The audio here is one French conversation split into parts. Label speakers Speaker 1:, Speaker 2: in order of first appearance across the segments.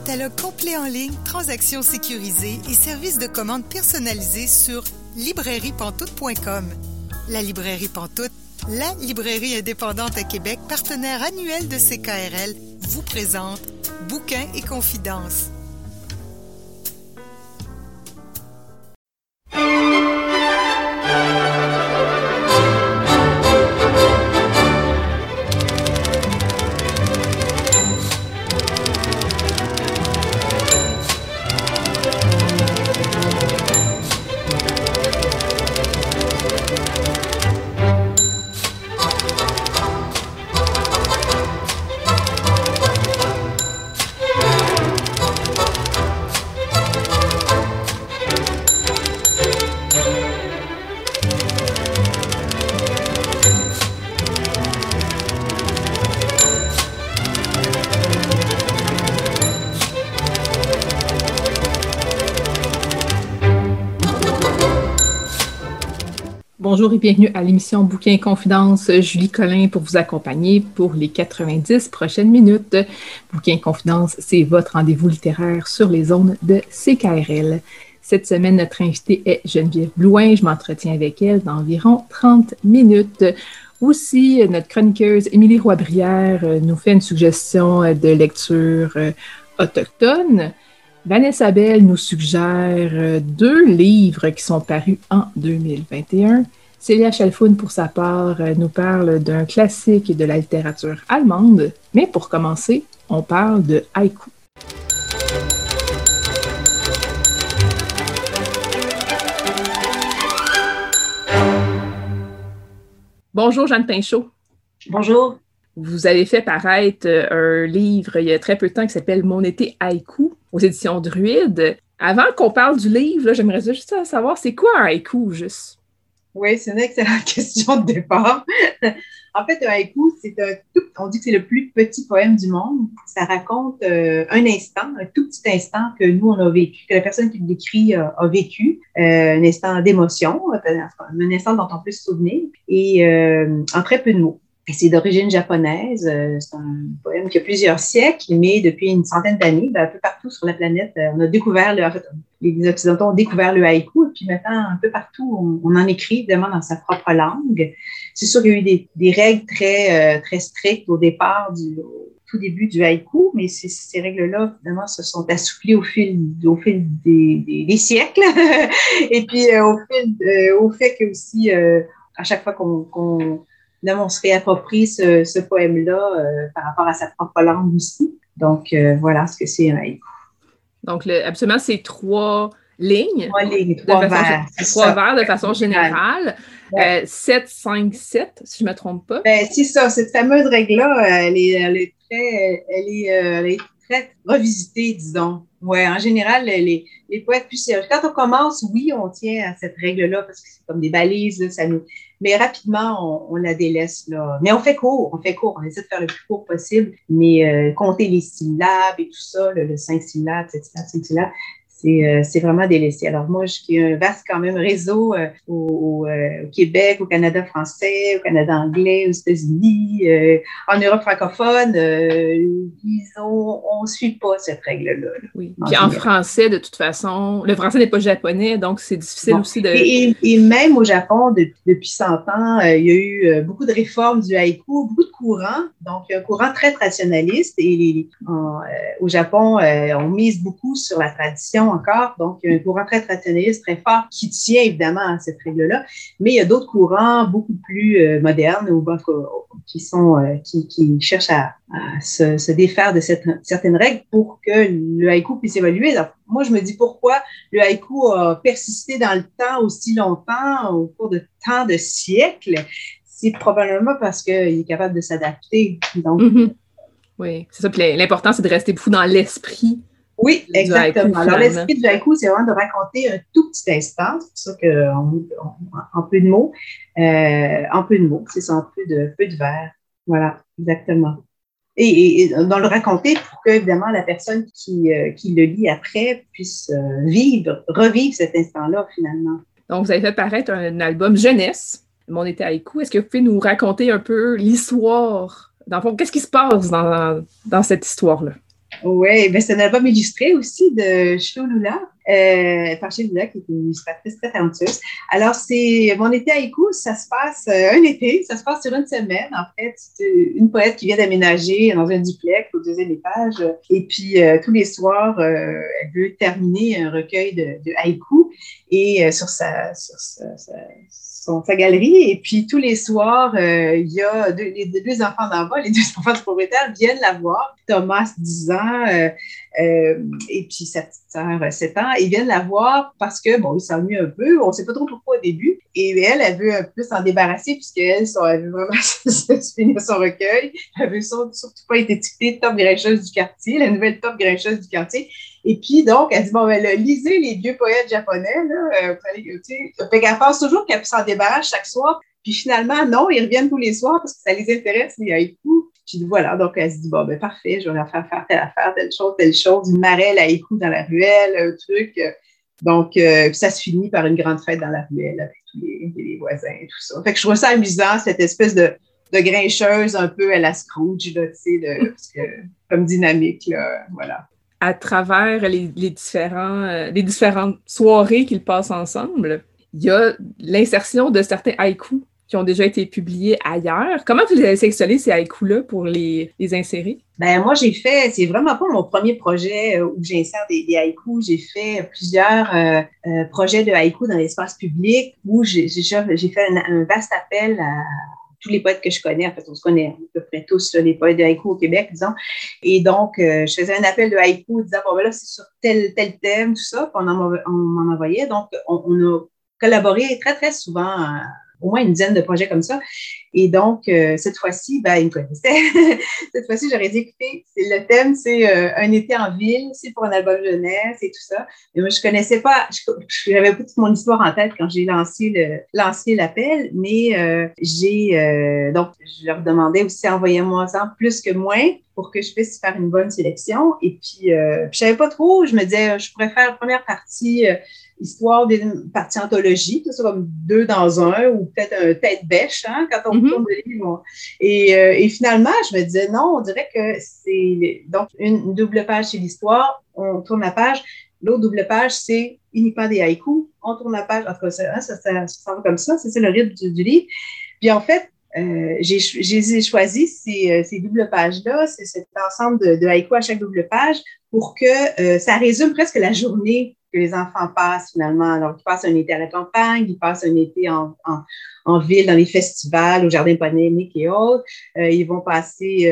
Speaker 1: catalogue complet en ligne, transactions sécurisées et services de commande personnalisés sur librairiepantoute.com. La Librairie Pantoute, la librairie indépendante à Québec, partenaire annuel de CKRL, vous présente Bouquins et confidences.
Speaker 2: Bonjour et bienvenue à l'émission Bouquins et confidences. Julie Collin pour vous accompagner pour les 90 prochaines minutes. Bouquins et confidences, c'est votre rendez-vous littéraire sur les ondes de CKRL. Cette semaine, notre invitée est Geneviève Blouin. Je m'entretiens avec elle d'environ 30 minutes. Aussi, notre chroniqueuse Émilie Roy-Brière nous fait une suggestion de lecture autochtone. Vanessa Bell nous suggère 2 livres qui sont parus en 2021. Célia Chalfoun, pour sa part, nous parle d'un classique de la littérature allemande. Mais pour commencer, on parle de haïku. Bonjour, Jeanne Pinchot.
Speaker 3: Bonjour.
Speaker 2: Vous avez fait paraître un livre il y a très peu de temps qui s'appelle « Mon été haïku » aux éditions Druide. Avant qu'on parle du livre, là, j'aimerais juste savoir, c'est quoi un haïku, juste?
Speaker 3: Oui, c'est une excellente question de départ. En fait, un haïku, on dit que c'est le plus petit poème du monde. Ça raconte un instant, un tout petit instant que nous, on a vécu, que la personne qui l'écrit a vécu, un instant d'émotion, un instant dont on peut se souvenir, et en très peu de mots. Et c'est d'origine japonaise, c'est un poème qui a plusieurs siècles, mais depuis une centaine d'années, un peu partout sur la planète, on a découvert les Occidentaux ont découvert le haïku, et puis maintenant, un peu partout, on en écrit évidemment dans sa propre langue. C'est sûr qu'il y a eu des règles très strictes au départ, au tout début du haïku, mais ces règles-là, finalement, se sont assouplies au fil des siècles, et puis au fait que aussi, à chaque fois qu'on on se réapproprie ce poème-là par rapport à sa propre langue aussi. Donc, voilà ce que c'est un haïku.
Speaker 2: Donc, absolument, c'est 3 lignes.
Speaker 3: 3 lignes, 3 vers.
Speaker 2: 3 vers de façon générale. Ouais. 7, 5, 7, si je ne me trompe pas.
Speaker 3: Ben, c'est ça, cette fameuse règle-là, elle est très revisitée, disons. Ouais, en général, les poètes plus sérieux. Quand on commence, oui, on tient à cette règle-là parce que c'est comme des balises, là, mais rapidement, on la délaisse, là. Mais on fait court, on essaie de faire le plus court possible, mais compter les syllabes et tout ça, le 5 syllabes, 7 syllabes, 5 syllabes, c'est vraiment délaissé. Alors moi, qui ai un vaste quand même réseau au Québec, au Canada français, au Canada anglais, aux États-Unis, en Europe francophone, on ne suit pas cette règle-là.
Speaker 2: Oui. Puis en français, de toute façon, le français n'est pas japonais, donc c'est difficile aussi de...
Speaker 3: Et même au Japon, depuis 100 ans, il y a eu beaucoup de réformes du haïku, beaucoup de courants, donc un courant très traditionnaliste. Et au Japon, on mise beaucoup sur la tradition encore, donc il y a un courant très traditionnaliste, très fort, qui tient évidemment à cette règle-là, mais il y a d'autres courants beaucoup plus modernes ou qui cherchent à se défaire de certaines règles pour que le haïku puisse évoluer. Alors, moi, je me dis pourquoi le haïku a persisté dans le temps aussi longtemps, au cours de tant de siècles. C'est probablement parce qu'il est capable de s'adapter. Donc,
Speaker 2: oui, c'est ça. Puis l'important, c'est de rester beaucoup dans l'esprit.
Speaker 3: Oui, exactement. Alors, l'esprit du haïku, c'est vraiment de raconter un tout petit instant. C'est pour ça en peu de mots, c'est ça, en peu de vers. Voilà, exactement. Et dans le raconter pour que, évidemment, la personne qui le lit après puisse revivre cet instant-là, finalement.
Speaker 2: Donc, vous avez fait paraître un album jeunesse, Mon été haïku. Est-ce que vous pouvez nous raconter un peu l'histoire? Dans le fond, qu'est-ce qui se passe dans cette histoire-là?
Speaker 3: Oui, ben c'est un album illustré aussi de Cholula, par Cholula, qui est une illustratrice très talentueuse. Alors, c'est mon été haïku, ça se passe un été, ça se passe sur une semaine. En fait, c'est une poète qui vient d'aménager dans un duplex au 2e étage. Et puis, tous les soirs, elle veut terminer un recueil de haïku et sur sa galerie. Et puis, tous les soirs, il y a les deux enfants d'en bas, les deux enfants du propriétaire viennent la voir. Thomas, 10 ans, et puis sa petite sœur, 7 ans. Ils viennent la voir parce que, bon, ils s'ennuient un peu. On ne sait pas trop pourquoi au début. Et elle veut un peu s'en débarrasser puisqu'elle veut vraiment finir son recueil. Elle veut surtout pas être étiquetée top grincheuse du quartier, la nouvelle top grincheuse du quartier. Et puis, donc, elle dit, bon, ben, là, lisez les vieux poètes japonais, là, fait qu'elle pense toujours qu'elle s'en débarrasse chaque soir. Puis finalement, non, ils reviennent tous les soirs parce que ça les intéresse, les haïkus. Puis voilà, donc elle se dit, bon, ben parfait, je vais leur faire telle affaire, telle chose, une marelle haïku dans la ruelle, un truc. Donc, puis ça se finit par une grande fête dans la ruelle avec tous les voisins et tout ça. Fait que je trouve ça amusant, cette espèce de grincheuse un peu à la Scrooge, là, tu sais, parce que, comme dynamique, là, voilà.
Speaker 2: À travers les différentes soirées qu'ils passent ensemble, il y a l'insertion de certains haïkus qui ont déjà été publiés ailleurs. Comment vous avez sélectionné ces haïkus-là pour les insérer?
Speaker 3: Ben moi, c'est vraiment pas mon premier projet où j'insère des haïkus. J'ai fait plusieurs projets de haïkus dans l'espace public où j'ai fait un vaste appel à tous les poètes que je connais. En fait, on se connaît à peu près tous, là, les poètes de haïku au Québec, disons. Et donc, je faisais un appel de haïku disant, bon, ben là, c'est sur tel thème, tout ça, puis on m'en envoyait. Donc, on a collaboré très, très souvent, au moins une dizaine de projets comme ça. Et donc, cette fois-ci, ben, ils me connaissaient. Cette fois-ci, j'aurais dit, écoutez, le thème, c'est un été en ville, c'est pour un album jeunesse et tout ça. Mais moi, je connaissais pas, j'avais pas toute mon histoire en tête quand j'ai lancé l'appel, mais donc, je leur demandais aussi, envoyez-moi ça plus que moins pour que je puisse faire une bonne sélection. Et puis, je savais pas trop, je me disais, je pourrais faire la première partie, histoire d'une partie anthologie, tout ça comme 2 dans 1 ou peut-être un tête-bêche, hein, quand on tourne le livre. Et finalement, je me disais, non, on dirait que c'est donc une double page, c'est l'histoire, on tourne la page. L'autre double page, c'est uniquement des haïkus. On tourne la page, en tout cas, ça va comme ça, c'est le rythme du livre. Puis en fait, j'ai choisi ces doubles pages-là, c'est cet ensemble de haïkus à chaque double page pour que ça résume presque la journée que les enfants passent finalement. Alors, ils passent un été à la campagne, ils passent un été en ville, dans les festivals, au jardin botanique et autres. Ils vont passer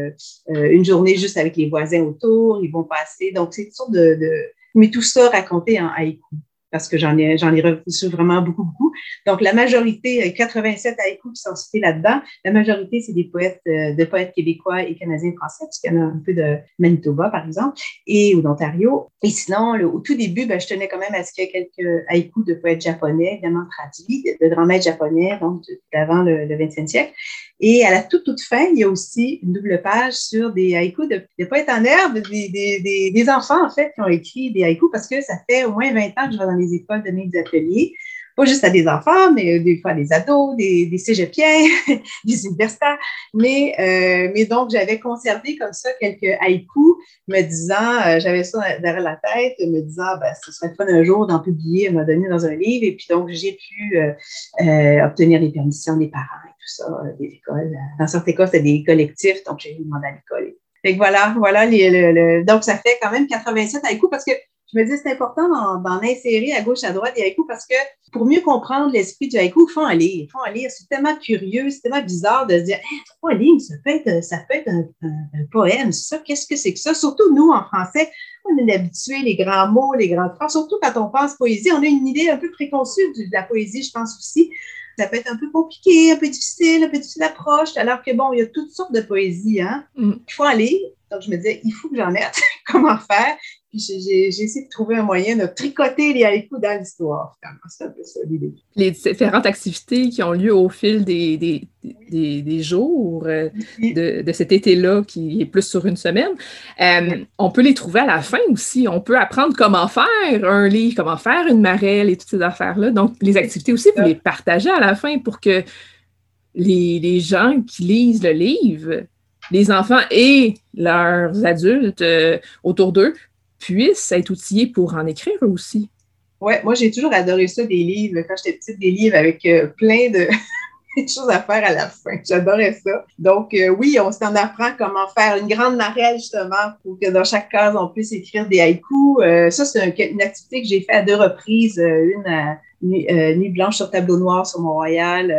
Speaker 3: une journée juste avec les voisins autour. Ils vont passer... Donc, c'est une sorte mais tout ça raconté en haïku, parce que j'en ai reçu vraiment beaucoup. Donc, la majorité, 87 haïkus qui sont cités là-dedans, la majorité, c'est des poètes québécois et canadiens français, puisqu'il y en a un peu de Manitoba, par exemple, ou d'Ontario. Et sinon, au tout début, je tenais quand même à ce qu'il y ait quelques haïkus de poètes japonais, évidemment traduits, de grands maîtres japonais, donc d'avant le 20e siècle. Et à la toute fin, il y a aussi une double page sur des haïkus de poètes en herbe, des enfants, en fait, qui ont écrit des haïkus, parce que ça fait au moins 20 ans que je vais dans les écoles donner des ateliers, pas juste à des enfants, mais des fois des ados, des cégepiens, des universitaires. Mais donc, j'avais conservé comme ça quelques haïkus, me disant, j'avais ça derrière la tête, me disant, ce serait fun un jour d'en publier, à un moment donné, dans un livre. Et puis donc, j'ai pu obtenir les permissions des parents et tout ça, des écoles. Dans certains cas, c'était des collectifs, donc j'ai demandé à l'école. Fait que voilà, donc ça fait quand même 87 haïkus parce que je me dis c'est important d'en insérer à gauche, à droite des haïkus parce que pour mieux comprendre l'esprit du haïku, il faut en lire. C'est tellement curieux, c'est tellement bizarre de se dire « un livre, ça peut être un poème, ça, qu'est-ce que c'est que ça? » Surtout nous, en français, on est habitués, les grands mots, les grandes phrases, surtout quand on pense poésie, on a une idée un peu préconçue de la poésie, je pense aussi. Ça peut être un peu compliqué, un peu difficile d'approche, alors que bon, il y a toutes sortes de poésie, hein. Il faut en lire. Donc, je me disais, il faut que j'en mette. Comment faire? Puis, j'ai essayé de trouver un moyen de tricoter les haïkus dans l'histoire. C'est un peu ça l'idée.
Speaker 2: Les différentes activités qui ont lieu au fil des jours de cet été-là, qui est plus sur une semaine, on peut les trouver à la fin aussi. On peut apprendre comment faire un livre, comment faire une marelle et toutes ces affaires-là. Donc, les activités aussi, vous les partagez à la fin pour que les gens qui lisent le livre les enfants et leurs adultes autour d'eux puissent être outillés pour en écrire eux aussi.
Speaker 3: Oui, moi, j'ai toujours adoré ça, des livres. Quand j'étais petite, des livres avec plein de choses à faire à la fin. J'adorais ça. Donc, oui, on s'en apprend comment faire une grande marelle, justement, pour que dans chaque case, on puisse écrire des haïkus. Ça, c'est une activité que j'ai fait à 2 reprises. Une à Nuit blanche sur tableau noir sur Mont-Royal.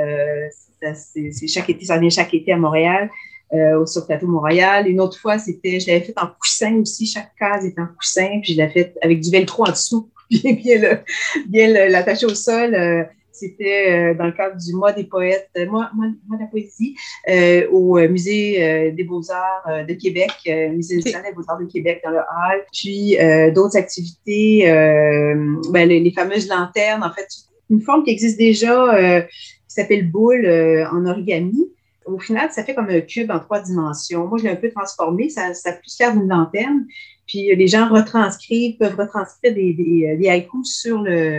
Speaker 3: C'est chaque été, ça vient chaque été à Montréal. Sur le plateau Mont-Royal. Une autre fois, je l'avais fait en coussin aussi. Chaque case est en coussin. Puis je l'ai fait avec du velcro en dessous. Bien l'attacher au sol. C'était dans le cadre du mois des poètes, mois de la poésie, au Musée des Beaux-Arts de Québec, Musée national des Beaux-Arts de Québec dans le Hall. Puis d'autres activités, les fameuses lanternes, en fait, une forme qui existe déjà, qui s'appelle boule en origami. Au final, ça fait comme un cube en 3 dimensions. Moi, je l'ai un peu transformé, ça a plus l'air d'une lanterne. Puis les gens peuvent retranscrire des haïkus sur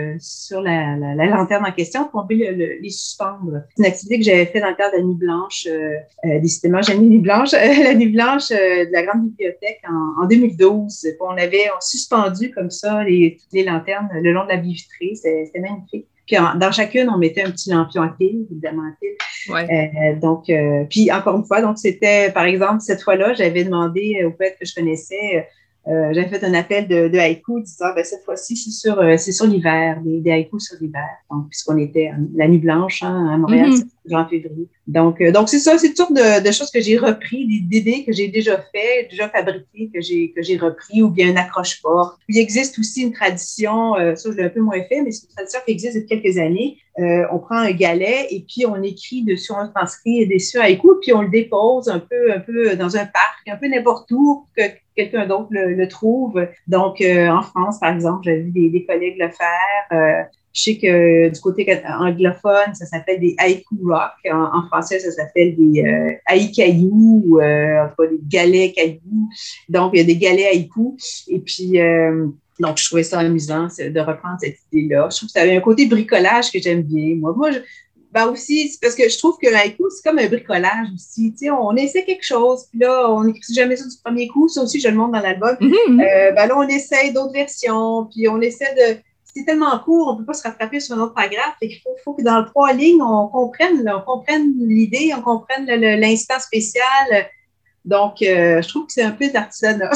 Speaker 3: la lanterne en question pour les suspendre. C'est une activité que j'avais faite dans le cadre de la Nuit blanche, décidément, j'ai mis Nuit blanche, la Nuit blanche de la Grande Bibliothèque en 2012. On avait suspendu comme ça les lanternes le long de la baie vitrée. C'était magnifique. Puis dans chacune, on mettait un petit lampion à pile, évidemment à pile. Ouais. Puis encore une fois, donc c'était, par exemple, cette fois-là, j'avais demandé au poète que je connaissais, j'avais fait un appel de haïkus disant, cette fois-ci, c'est sur l'hiver, des haïkus sur l'hiver. Donc, puisqu'on était la Nuit blanche à Montréal, c'est en février. Donc c'est ça, c'est toutes sortes de choses que j'ai repris, d'idées que j'ai déjà fait, déjà fabriquées, que j'ai repris, ou bien une accroche-porte. Il existe aussi une tradition, ça je l'ai un peu moins fait, mais c'est une tradition qui existe depuis quelques années. On prend un galet et puis on écrit dessus, on transcrit dessus un haïku, puis on le dépose un peu dans un parc, un peu n'importe où, que quelqu'un d'autre le trouve. Donc, en France, par exemple, j'ai vu des collègues le faire. Je sais que du côté anglophone, ça s'appelle des haïku rock. En français, ça s'appelle des haïkaïous, ou en tout cas des galets cailloux. Donc, il y a des galets haïkus. Et puis, donc, je trouvais ça amusant de reprendre cette idée-là. Je trouve que ça avait un côté bricolage que j'aime bien. Moi, aussi, c'est parce que je trouve que haïku, c'est comme un bricolage aussi. Tu sais, on essaie quelque chose, puis là, on n'écrit jamais ça du premier coup. Ça aussi, je le montre dans l'album. Là, on essaie d'autres versions, puis on essaie de... C'est tellement court, on ne peut pas se rattraper sur un autre paragraphe. Il faut que dans 3 lignes, on comprenne l'idée, on comprenne l'instant spécial. Donc, je trouve que c'est un peu d'artisanat.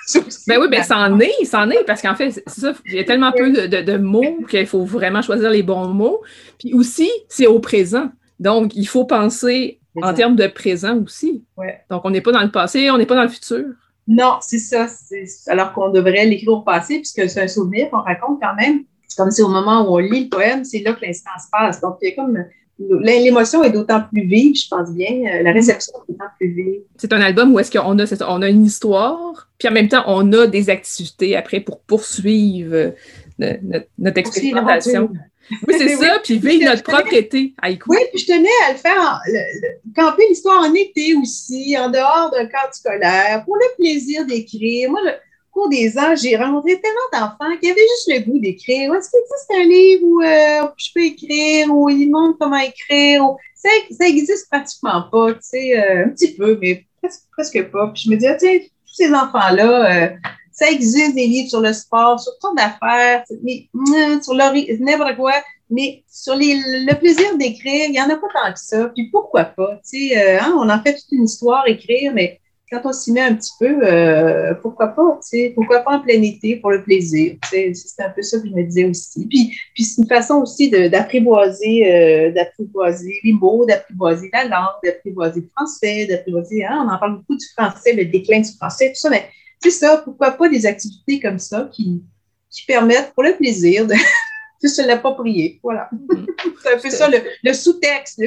Speaker 2: Ça en est, parce qu'en fait, c'est ça, il y a tellement peu de mots qu'il faut vraiment choisir les bons mots. Puis aussi, c'est au présent. Donc, il faut penser en termes de présent aussi.
Speaker 3: Ouais.
Speaker 2: Donc, on n'est pas dans le passé, on n'est pas dans le futur.
Speaker 3: Non, c'est ça. Alors qu'on devrait l'écrire au passé, puisque c'est un souvenir qu'on raconte quand même. C'est comme si au moment où on lit le poème, c'est là que l'instant se passe. Donc, il y a comme... L'émotion est d'autant plus vive, je pense bien. La réception est d'autant plus vive.
Speaker 2: C'est un album où est-ce qu'on a une histoire, puis en même temps, on a des activités après pour poursuivre notre expérimentation. Oui, c'est ça, puis vivre notre propre été haïku.
Speaker 3: Oui, puis je tenais à le faire, camper l'histoire en été aussi, en dehors d'un cadre scolaire, pour le plaisir d'écrire. Moi, au cours des ans, j'ai rencontré tellement d'enfants qui avaient juste le goût d'écrire. Est-ce qu'il existe un livre où je peux écrire, où ils montrent comment écrire? Ça existe pratiquement pas, tu sais, un petit peu, mais presque pas. Puis je me disais, tiens, tous ces enfants-là, ça existe des livres sur le sport, sur toutes sortes d'affaires, sur n'importe quoi, mais sur le plaisir d'écrire, il n'y en a pas tant que ça. Puis pourquoi pas? Tu sais, on en fait toute une histoire, écrire, mais quand on s'y met un petit peu, pourquoi pas? Tu sais, pourquoi pas en plein été pour le plaisir? Tu sais, c'est un peu ça que je me disais aussi. Puis c'est une façon aussi d'apprivoiser les mots, d'apprivoiser la langue, d'apprivoiser le français, d'apprivoiser, on en parle beaucoup du français, le déclin du français, tout ça, mais c'est ça, pourquoi pas des activités comme ça qui permettent, pour le plaisir, de se l'approprier. Voilà. C'est un peu ça, le sous-texte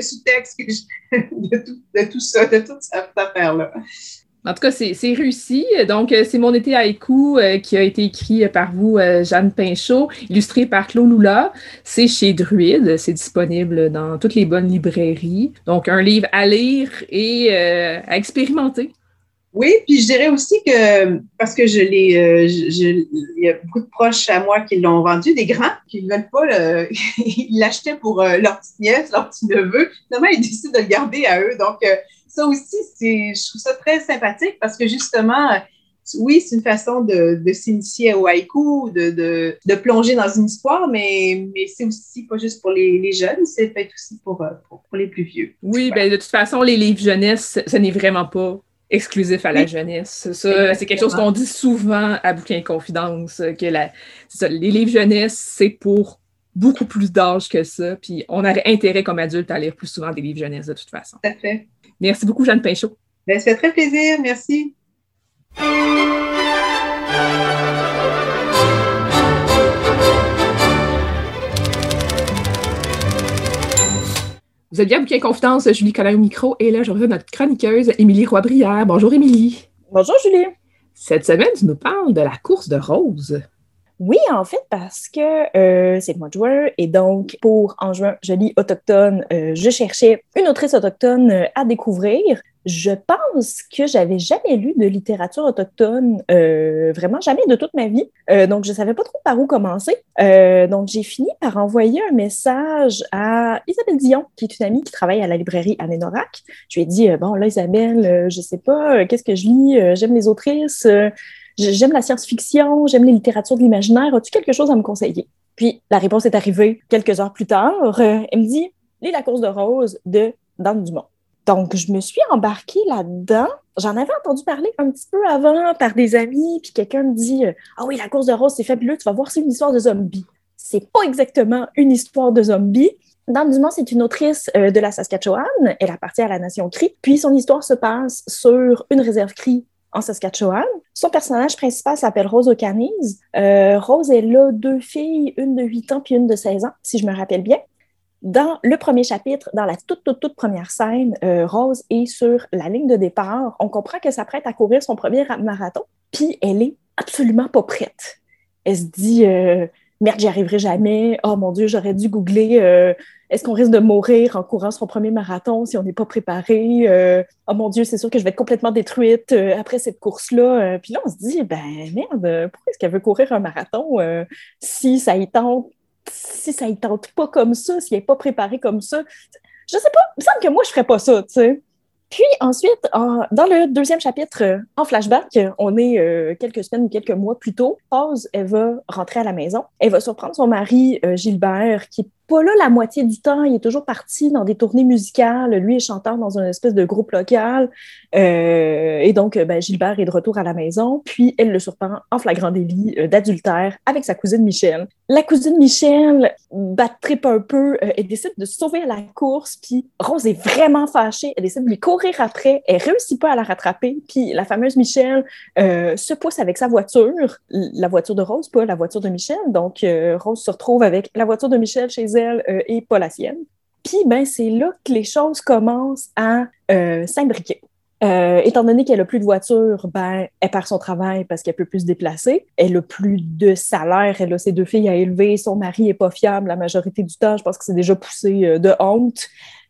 Speaker 3: de tout ça, de toute cette affaire-là.
Speaker 2: En tout cas, c'est réussi. Donc, c'est Mon été haïku qui a été écrit par vous, Jeanne Pinchot, illustré par Claude Loula. C'est chez Druide. C'est disponible dans toutes les bonnes librairies. Donc, un livre à lire et à expérimenter.
Speaker 3: Oui, puis je dirais aussi que, parce que il y a beaucoup de proches à moi qui l'ont vendu, des grands, qui ne veulent pas ils l'achetaient pour leur petite nièce, leur petit neveu. Finalement, ils décident de le garder à eux. Donc, ça aussi, je trouve ça très sympathique parce que justement, oui, c'est une façon de s'initier au haïku, de plonger dans une histoire, mais c'est aussi pas juste pour les jeunes, c'est peut être aussi pour les plus vieux.
Speaker 2: Oui, ben de toute façon, les livres jeunesse, ce n'est vraiment pas exclusif à la jeunesse. Ça, c'est quelque chose qu'on dit souvent à Bouquins et Confidences, que les livres jeunesse, c'est pour beaucoup plus d'âge que ça, puis on aurait intérêt comme adulte à lire plus souvent des livres jeunesse de toute façon.
Speaker 3: Tout à fait.
Speaker 2: Merci beaucoup, Jeanne Pinchot.
Speaker 3: Ben, ça fait très plaisir, merci.
Speaker 2: Vous êtes bien à Bouquins et Confidences, Julie Collin au micro, et là, je reçois notre chroniqueuse, Émilie Roy-Brière. Bonjour, Émilie.
Speaker 4: Bonjour, Julie.
Speaker 2: Cette semaine, tu nous parles de la course de Rose.
Speaker 4: Oui, en fait, parce que c'est le mois de juin, et donc, pour En juin, je lis autochtone, je cherchais une autrice autochtone à découvrir. Je pense que j'avais jamais lu de littérature autochtone, vraiment jamais de toute ma vie. Donc, je savais pas trop par où commencer. Donc, j'ai fini par envoyer un message à Isabelle Dion, qui est une amie qui travaille à la librairie Anénorac. Je lui ai dit, bon, là, Isabelle, je sais pas, qu'est-ce que je lis? J'aime les autrices, j'aime la science-fiction, j'aime les littératures de l'imaginaire. As-tu quelque chose à me conseiller? Puis, la réponse est arrivée quelques heures plus tard. Elle me dit, lis La course de Rose de Dan Dumont. Donc, je me suis embarquée là-dedans. J'en avais entendu parler un petit peu avant par des amis, puis quelqu'un me dit « Ah oui, La course de Rose, c'est fabuleux, tu vas voir, c'est une histoire de zombies. » C'est pas exactement une histoire de zombies. Dan Dumont, c'est une autrice de la Saskatchewan. Elle appartient à la Nation Crie. Puis, son histoire se passe sur une réserve Crie en Saskatchewan. Son personnage principal s'appelle Rose O'Canise. Rose, elle a 2 filles, une de 8 ans puis une de 16 ans, si je me rappelle bien. Dans le premier chapitre, dans la toute première scène, Rose est sur la ligne de départ. On comprend qu'elle s'apprête à courir son premier marathon, puis elle est absolument pas prête. Elle se dit merde, j'y arriverai jamais. Oh mon Dieu, j'aurais dû googler est-ce qu'on risque de mourir en courant son premier marathon si on n'est pas préparé? Oh mon Dieu, c'est sûr que je vais être complètement détruite après cette course-là. Puis là, on se dit ben merde, pourquoi est-ce qu'elle veut courir un marathon si ça y tente pas comme ça, si elle n'est pas préparée comme ça. Je sais pas, il me semble que moi, je ferais pas ça, tu sais. Puis ensuite, dans le deuxième chapitre, en flashback, on est quelques semaines ou quelques mois plus tôt. Rose, elle va rentrer à la maison. Elle va surprendre son mari, Gilbert, qui est pas là la moitié du temps. Il est toujours parti dans des tournées musicales. Lui est chanteur dans une espèce de groupe local. Et donc, Gilbert est de retour à la maison. Puis, elle le surprend en flagrant délit d'adultère avec sa cousine Michel. La cousine Michel trip un peu. Elle décide de se sauver à la course. Puis, Rose est vraiment fâchée. Elle décide de lui courir après. Elle réussit pas à la rattraper. Puis, la fameuse Michel se pousse avec sa voiture. La voiture de Rose, pas la voiture de Michel. Donc, Rose se retrouve avec la voiture de Michel chez elle et pas la sienne. Puis, c'est là que les choses commencent à s'imbriquer. Étant donné qu'elle n'a plus de voiture, elle perd son travail parce qu'elle ne peut plus se déplacer. Elle n'a plus de salaire. Elle a ses 2 filles à élever. Son mari n'est pas fiable la majorité du temps. Je pense que c'est déjà poussé de honte.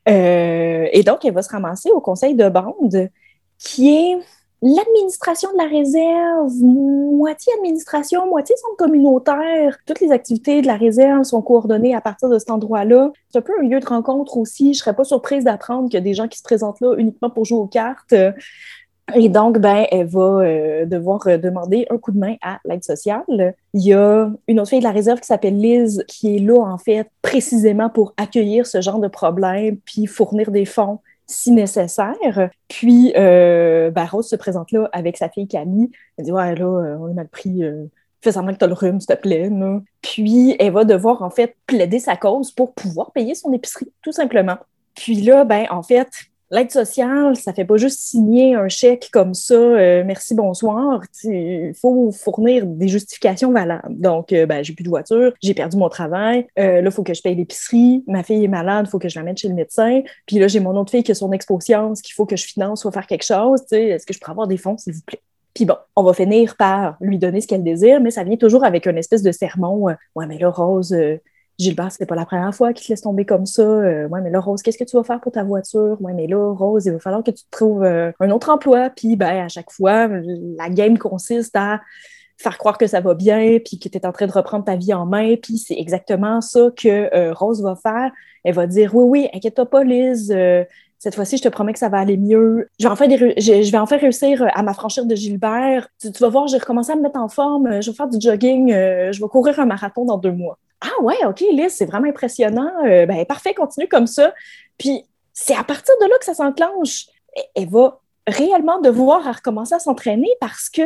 Speaker 4: Et donc, elle va se ramasser au conseil de bande qui est l'administration de la réserve, moitié administration, moitié centre communautaire. Toutes les activités de la réserve sont coordonnées à partir de cet endroit-là. C'est un peu un lieu de rencontre aussi. Je ne serais pas surprise d'apprendre qu'il y a des gens qui se présentent là uniquement pour jouer aux cartes. Et donc, elle va devoir demander un coup de main à l'aide sociale. Il y a une autre fille de la réserve qui s'appelle Liz, qui est là, en fait, précisément pour accueillir ce genre de problème puis fournir des fonds si nécessaire. Puis, Rose se présente là avec sa fille Camille. Elle dit « Ouais, là, on est mal pris. Fais semblant que t'as le rhume, s'il te plaît. » Puis, elle va devoir, en fait, plaider sa cause pour pouvoir payer son épicerie, tout simplement. Puis là, en fait, l'aide sociale, ça fait pas juste signer un chèque comme ça, merci, bonsoir. Il faut fournir des justifications valables. Donc, j'ai plus de voiture, j'ai perdu mon travail, là, il faut que je paye l'épicerie, ma fille est malade, il faut que je la mette chez le médecin, puis là, j'ai mon autre fille qui a son expo-science qu'il faut que je finance ou faire quelque chose. Est-ce que je pourrais avoir des fonds, s'il vous plaît? Puis bon, on va finir par lui donner ce qu'elle désire, mais ça vient toujours avec une espèce de sermon. Ouais, mais là, Rose... Gilbert, c'était pas la première fois qu'il te laisse tomber comme ça. Ouais, mais là, Rose, qu'est-ce que tu vas faire pour ta voiture? Ouais, mais là, Rose, il va falloir que tu te trouves un autre emploi. Puis, à chaque fois, la game consiste à faire croire que ça va bien, puis que tu es en train de reprendre ta vie en main. Puis, c'est exactement ça que Rose va faire. Elle va dire, oui, inquiète-toi pas, Liz. Cette fois-ci, je te promets que ça va aller mieux. Je vais enfin réussir à m'affranchir de Gilbert. Tu vas voir, j'ai recommencé à me mettre en forme. Je vais faire du jogging. Je vais courir un marathon dans 2 mois. Ah ouais, OK, Liz, c'est vraiment impressionnant. Ben parfait, continue comme ça. Puis, c'est à partir de là que ça s'enclenche. Elle va réellement devoir recommencer à s'entraîner parce que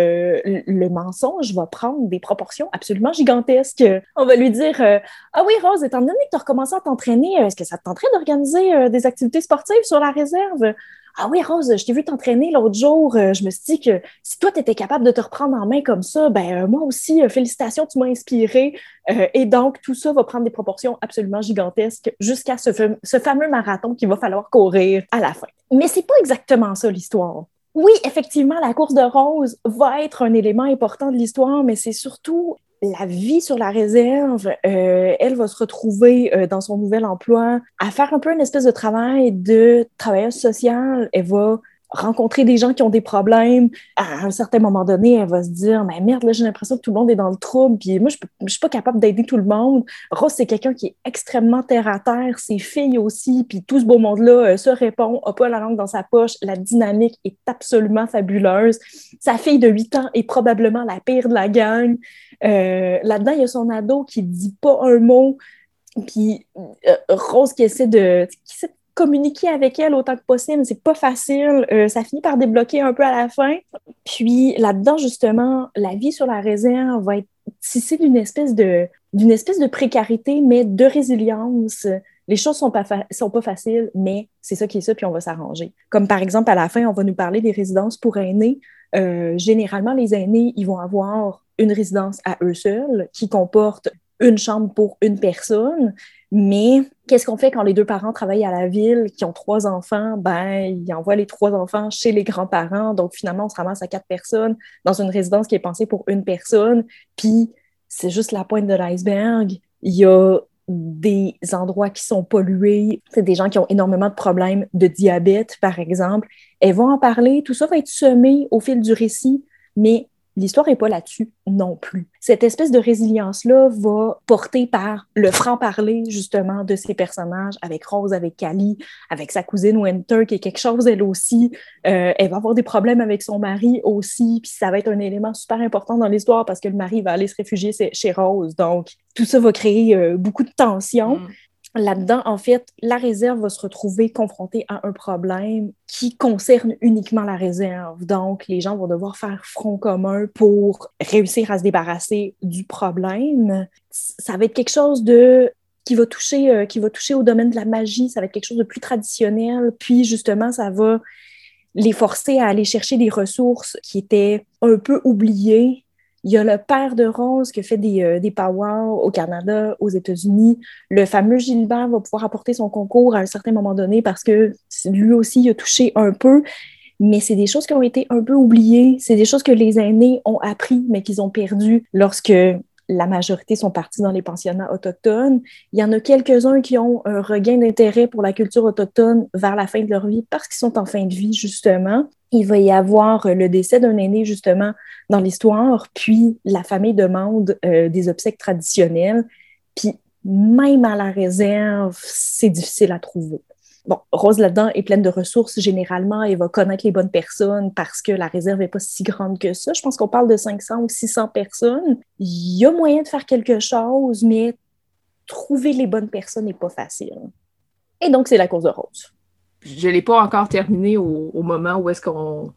Speaker 4: le mensonge va prendre des proportions absolument gigantesques. On va lui dire ah oui, Rose, étant donné que tu as recommencé à t'entraîner, est-ce que ça te tenterait d'organiser des activités sportives sur la réserve? Ah oui, Rose, je t'ai vu t'entraîner l'autre jour. Je me suis dit que si toi, tu étais capable de te reprendre en main comme ça, ben moi aussi, félicitations, tu m'as inspirée. Et donc, tout ça va prendre des proportions absolument gigantesques jusqu'à ce fameux marathon qu'il va falloir courir à la fin. Mais c'est pas exactement ça, l'histoire. Oui, effectivement, la course de Rose va être un élément important de l'histoire, mais c'est surtout la vie sur la réserve. Elle va se retrouver dans son nouvel emploi à faire un peu une espèce de travail de travailleuse sociale. Elle va rencontrer des gens qui ont des problèmes. À un certain moment donné, elle va se dire « Mais merde, là, j'ai l'impression que tout le monde est dans le trouble, puis moi, je suis pas capable d'aider tout le monde. » Rose, c'est quelqu'un qui est extrêmement terre-à-terre, ses filles aussi, puis tout ce beau monde-là se répond, n'a pas la langue dans sa poche. La dynamique est absolument fabuleuse. Sa fille de 8 ans est probablement la pire de la gang. Là-dedans, il y a son ado qui dit pas un mot, puis Rose qui essaie de communiquer avec elle autant que possible, c'est pas facile. Ça finit par débloquer un peu à la fin. Puis là-dedans, justement, la vie sur la réserve va être tissée d'une espèce de précarité, mais de résilience. Les choses sont pas faciles, mais c'est ça qui est ça, puis on va s'arranger. Comme par exemple, à la fin, on va nous parler des résidences pour aînés. Généralement, les aînés, ils vont avoir une résidence à eux seuls qui comporte une chambre pour une personne, mais qu'est-ce qu'on fait quand les 2 parents travaillent à la ville, qui ont 3 enfants? Ben, ils envoient les 3 enfants chez les grands-parents, donc finalement, on se ramasse à 4 personnes dans une résidence qui est pensée pour une personne, puis c'est juste la pointe de l'iceberg. Il y a des endroits qui sont pollués, c'est des gens qui ont énormément de problèmes de diabète, par exemple. Elles vont en parler, tout ça va être semé au fil du récit, mais l'histoire n'est pas là-dessus non plus. Cette espèce de résilience-là va porter par le franc-parler, justement, de ces personnages, avec Rose, avec Callie, avec sa cousine Winter, qui est quelque chose, elle aussi. Elle va avoir des problèmes avec son mari aussi, puis ça va être un élément super important dans l'histoire parce que le mari va aller se réfugier chez Rose. Donc, tout ça va créer beaucoup de tensions. Là-dedans, en fait, la réserve va se retrouver confrontée à un problème qui concerne uniquement la réserve. Donc, les gens vont devoir faire front commun pour réussir à se débarrasser du problème. Ça va être quelque chose qui va toucher au domaine de la magie. Ça va être quelque chose de plus traditionnel. Puis, justement, ça va les forcer à aller chercher des ressources qui étaient un peu oubliées. Il y a le père de Rose qui a fait des powwows au Canada, aux États-Unis. Le fameux Gilbert va pouvoir apporter son concours à un certain moment donné parce que lui aussi il a touché un peu. Mais c'est des choses qui ont été un peu oubliées. C'est des choses que les aînés ont appris, mais qu'ils ont perdues lorsque la majorité sont partis dans les pensionnats autochtones. Il y en a quelques-uns qui ont un regain d'intérêt pour la culture autochtone vers la fin de leur vie parce qu'ils sont en fin de vie, justement. Il va y avoir le décès d'un aîné, justement, dans l'histoire, puis la famille demande des obsèques traditionnelles, puis même à la réserve, c'est difficile à trouver. Bon, Rose, là-dedans, est pleine de ressources. Généralement, elle va connaître les bonnes personnes parce que la réserve n'est pas si grande que ça. Je pense qu'on parle de 500 ou 600 personnes. Il y a moyen de faire quelque chose, mais trouver les bonnes personnes n'est pas facile. Et donc, c'est la course de Rose.
Speaker 2: Je ne l'ai pas encore terminé au moment où est-ce qu'on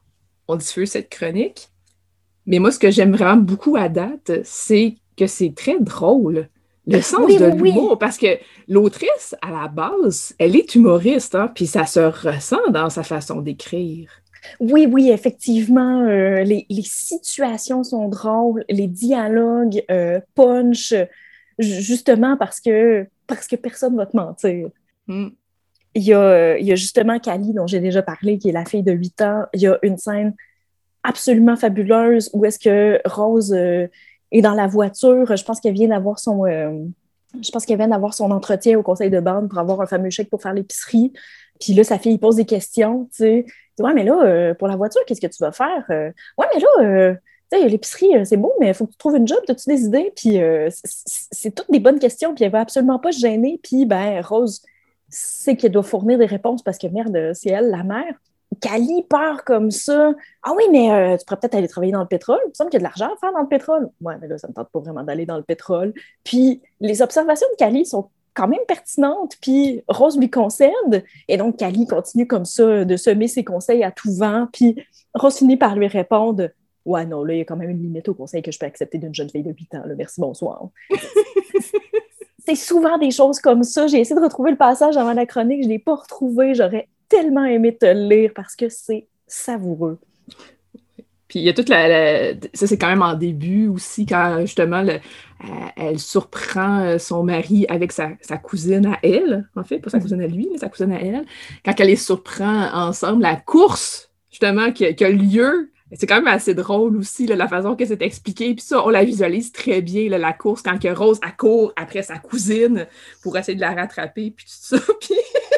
Speaker 2: diffuse cette chronique. Mais moi, ce que j'aime vraiment beaucoup à date, c'est que c'est très drôle. Le sens de l'humour, parce que l'autrice, à la base, elle est humoriste, hein, puis ça se ressent dans sa façon d'écrire.
Speaker 4: Oui, effectivement, les situations sont drôles, les dialogues punch, justement parce que personne ne va te mentir. Il y a justement Callie, dont j'ai déjà parlé, qui est la fille de 8 ans. Il y a une scène absolument fabuleuse où est-ce que Rose est dans la voiture. Je pense qu'elle vient d'avoir son entretien au conseil de bande pour avoir un fameux chèque pour faire l'épicerie. Puis là, sa fille pose des questions, tu sais. Ouais, mais là, pour la voiture, qu'est-ce que tu vas faire? Ouais, mais là, tu sais, l'épicerie, c'est beau, mais il faut que tu trouves une job, as-tu des idées? Puis c'est toutes des bonnes questions, puis elle va absolument pas se gêner. Puis, ben, Rose sait qu'elle doit fournir des réponses parce que merde, c'est elle, la mère. Kali part comme ça. Ah oui, mais tu pourrais peut-être aller travailler dans le pétrole. Il me semble qu'il y a de l'argent à faire dans le pétrole. Ouais, mais là, ça me tente pas vraiment d'aller dans le pétrole. Puis les observations de Kali sont quand même pertinentes, puis Rose lui concède. Et donc, Kali continue comme ça de semer ses conseils à tout vent. Puis Rose finit par lui répondre « Ouais, non, là, il y a quand même une limite au conseil que je peux accepter d'une jeune fille de 8 ans. Là. Merci, bonsoir. » C'est souvent des choses comme ça. J'ai essayé de retrouver le passage avant la chronique. Je ne l'ai pas retrouvé. J'aurais tellement aimé te le lire parce que c'est savoureux.
Speaker 2: Puis il y a toute ça, c'est quand même en début aussi, quand justement elle surprend son mari avec sa cousine à elle, en fait, pas sa cousine à lui, mais sa cousine à elle. Quand elle les surprend ensemble, la course, justement, qui a lieu, c'est quand même assez drôle aussi, là, la façon que c'est expliqué. Puis ça, on la visualise très bien, là, la course, quand que Rose accourt après sa cousine pour essayer de la rattraper, puis tout ça. Puis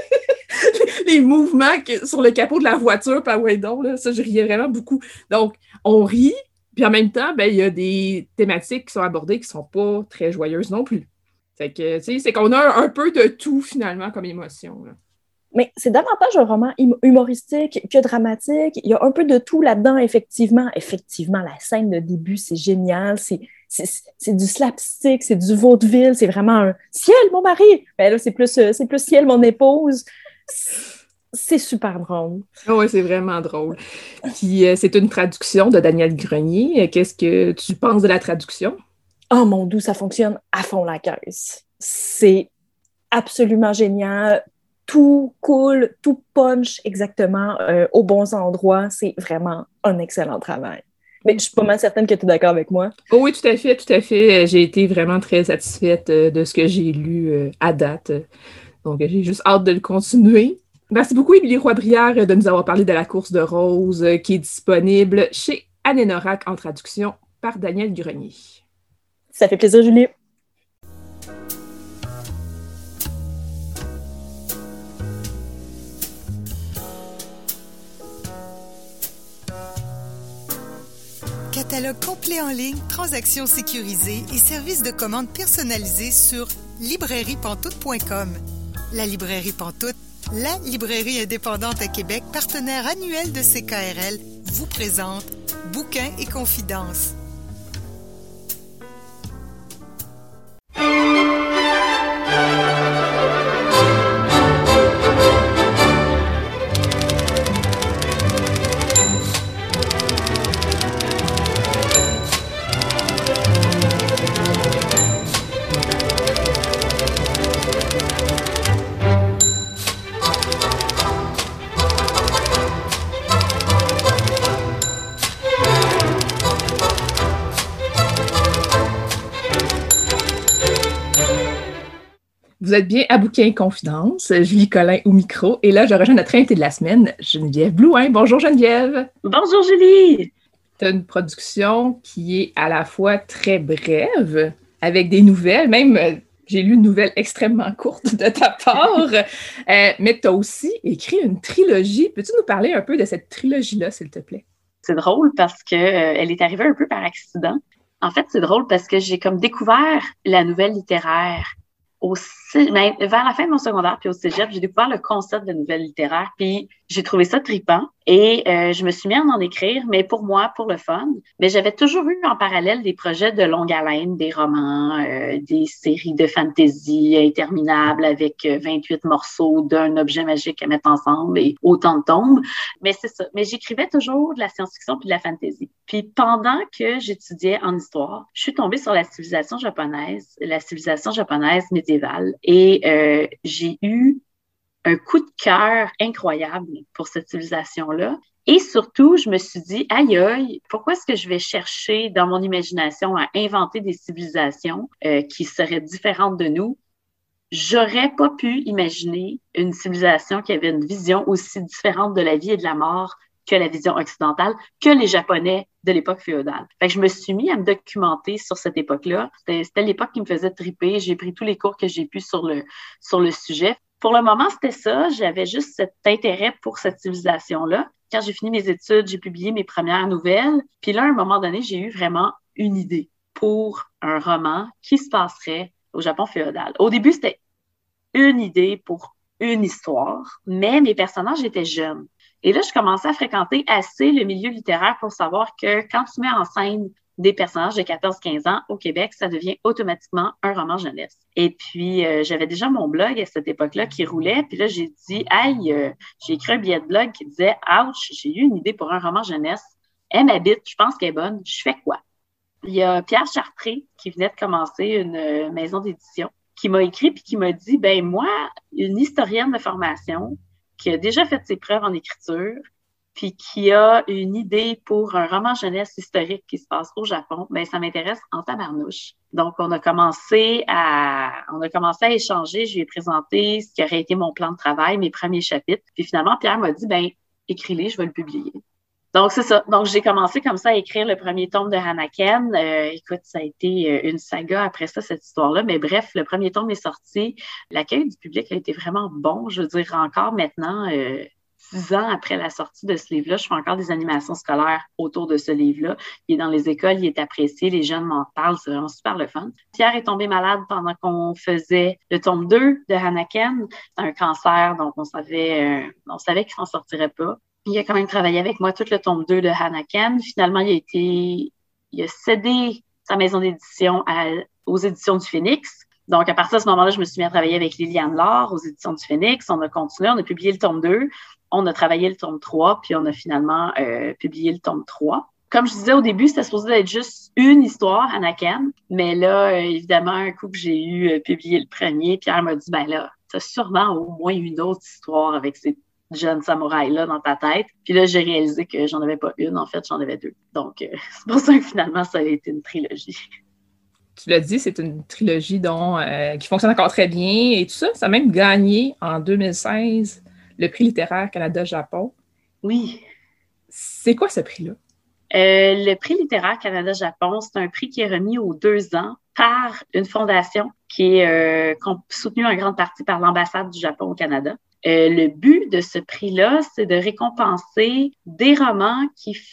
Speaker 2: les mouvements sur le capot de la voiture, par donc, là, ça, je riais vraiment beaucoup. Donc, on rit, puis en même temps, ben, il y a des thématiques qui sont abordées qui sont pas très joyeuses non plus. Fait que, tu sais, c'est qu'on a un peu de tout, finalement, comme émotion, là.
Speaker 4: Mais c'est davantage un roman humoristique que dramatique. Il y a un peu de tout là-dedans, effectivement. Effectivement, la scène de début, c'est génial. C'est du slapstick, c'est du vaudeville. C'est vraiment un « ciel, mon mari! » Ben là, c'est plus « ciel, mon épouse ». C'est super drôle.
Speaker 2: Oh oui, c'est vraiment drôle. Puis c'est une traduction de Daniel Grenier. Qu'est-ce que tu penses de la traduction?
Speaker 4: Oh mon Dieu, ça fonctionne à fond la caisse. C'est absolument génial. Tout cool, tout punch exactement aux bons endroits. C'est vraiment un excellent travail. Mais je suis pas mal certaine que tu es d'accord avec moi.
Speaker 2: Oh oui, tout à fait, tout à fait. J'ai été vraiment très satisfaite de ce que j'ai lu à date. Donc, j'ai juste hâte de le continuer. Merci beaucoup, Émilie Roy-Brière, de nous avoir parlé de La course de Rose, qui est disponible chez Anénorac en traduction par Daniel Grenier.
Speaker 4: Ça fait plaisir, Julie.
Speaker 1: Catalogue complet en ligne, transactions sécurisées et services de commande personnalisés sur librairiepantoute.com. La librairie Pantoute, la librairie indépendante à Québec, partenaire annuel de CKRL, vous présente Bouquins et confidences.
Speaker 2: Vous êtes bien à Bouquins et confidences, Julie Collin au micro. Et là, je rejoins notre invitée de la semaine, Geneviève Blouin. Bonjour Geneviève.
Speaker 5: Bonjour Julie.
Speaker 2: Tu as une production qui est à la fois très brève, avec des nouvelles, même j'ai lu une nouvelle extrêmement courte de ta part, mais tu as aussi écrit une trilogie. Peux-tu nous parler un peu de cette trilogie-là, s'il te plaît?
Speaker 5: C'est drôle parce qu'elle est arrivée un peu par accident. En fait, c'est drôle parce que j'ai comme découvert la nouvelle littéraire vers la fin de mon secondaire, puis au cégep, j'ai découvert le concept de nouvelle littéraire, puis j'ai trouvé ça trippant. Et je me suis mis à en écrire, mais pour moi, pour le fun. Mais j'avais toujours eu en parallèle des projets de longue haleine, des romans, des séries de fantasy interminables avec 28 morceaux d'un objet magique à mettre ensemble et autant de tombes. Mais c'est ça. Mais j'écrivais toujours de la science-fiction puis de la fantasy. Puis pendant que j'étudiais en histoire, je suis tombée sur la civilisation japonaise médiévale. Et j'ai eu un coup de cœur incroyable pour cette civilisation-là. Et surtout, je me suis dit, aïe, aïe, pourquoi est-ce que je vais chercher dans mon imagination à inventer des civilisations qui seraient différentes de nous? J'aurais pas pu imaginer une civilisation qui avait une vision aussi différente de la vie et de la mort que la vision occidentale, que les Japonais de l'époque féodale. Fait que je me suis mis à me documenter sur cette époque-là. C'était l'époque qui me faisait triper. J'ai pris tous les cours que j'ai pu sur le sujet. Pour le moment, c'était ça. J'avais juste cet intérêt pour cette civilisation-là. Quand j'ai fini mes études, j'ai publié mes premières nouvelles. Puis là, à un moment donné, j'ai eu vraiment une idée pour un roman qui se passerait au Japon féodal. Au début, c'était une idée pour une histoire, mais mes personnages étaient jeunes. Et là, je commençais à fréquenter assez le milieu littéraire pour savoir que quand tu mets en scène des personnages de 14-15 ans au Québec, ça devient automatiquement un roman jeunesse. Et puis, j'avais déjà mon blog à cette époque-là qui roulait. Puis là, j'ai dit, hey, j'ai écrit un billet de blog qui disait, ouch, j'ai eu une idée pour un roman jeunesse. Elle m'habite, je pense qu'elle est bonne. Je fais quoi? Il y a Pierre Chartré qui venait de commencer une maison d'édition qui m'a écrit puis qui m'a dit, ben moi, une historienne de formation qui a déjà fait ses preuves en écriture, puis qui a une idée pour un roman jeunesse historique qui se passe au Japon, ben ça m'intéresse en tabarnouche. Donc, on a commencé à échanger. Je lui ai présenté ce qui aurait été mon plan de travail, mes premiers chapitres. Puis finalement, Pierre m'a dit, ben écris-les, je vais le publier. Donc, c'est ça. Donc, j'ai commencé comme ça à écrire le premier tome de Hanaken. Écoute, ça a été une saga après ça, cette histoire-là. Mais bref, le premier tome est sorti. L'accueil du public a été vraiment bon. Je veux dire, encore maintenant, 10 ans après la sortie de ce livre-là, je fais encore des animations scolaires autour de ce livre-là. Il est dans les écoles, il est apprécié, les jeunes m'en parlent, c'est vraiment super le fun. Pierre est tombé malade pendant qu'on faisait le tome 2 de Hanaken. C'est un cancer, donc on savait qu'il s'en sortirait pas. Il a quand même travaillé avec moi tout le tome 2 de Hanaken. Finalement, il a cédé sa maison d'édition aux éditions du Phénix. Donc, à partir de ce moment-là, je me suis mis à travailler avec Liliane Laure aux éditions du Phénix. On a continué, on a publié le tome 2, on a travaillé le tome 3, puis on a finalement publié le tome 3. Comme je disais au début, c'était supposé être juste une histoire, Hanaken. Mais là, évidemment, un coup que j'ai eu publié le premier, Pierre m'a dit, ben là, t'as sûrement au moins une autre histoire avec ces jeune samouraï-là dans ta tête. Puis là, j'ai réalisé que j'en avais pas une, en fait, j'en avais 2. Donc, c'est pour ça que finalement, ça a été une trilogie.
Speaker 2: Tu l'as dit, c'est une trilogie qui fonctionne encore très bien et tout ça. Ça a même gagné en 2016 le prix littéraire Canada-Japon.
Speaker 5: Oui.
Speaker 2: C'est quoi ce prix-là?
Speaker 5: Le prix littéraire Canada-Japon, c'est un prix qui est remis aux 2 ans par une fondation qui est soutenue en grande partie par l'ambassade du Japon au Canada. Le but de ce prix-là, c'est de récompenser des romans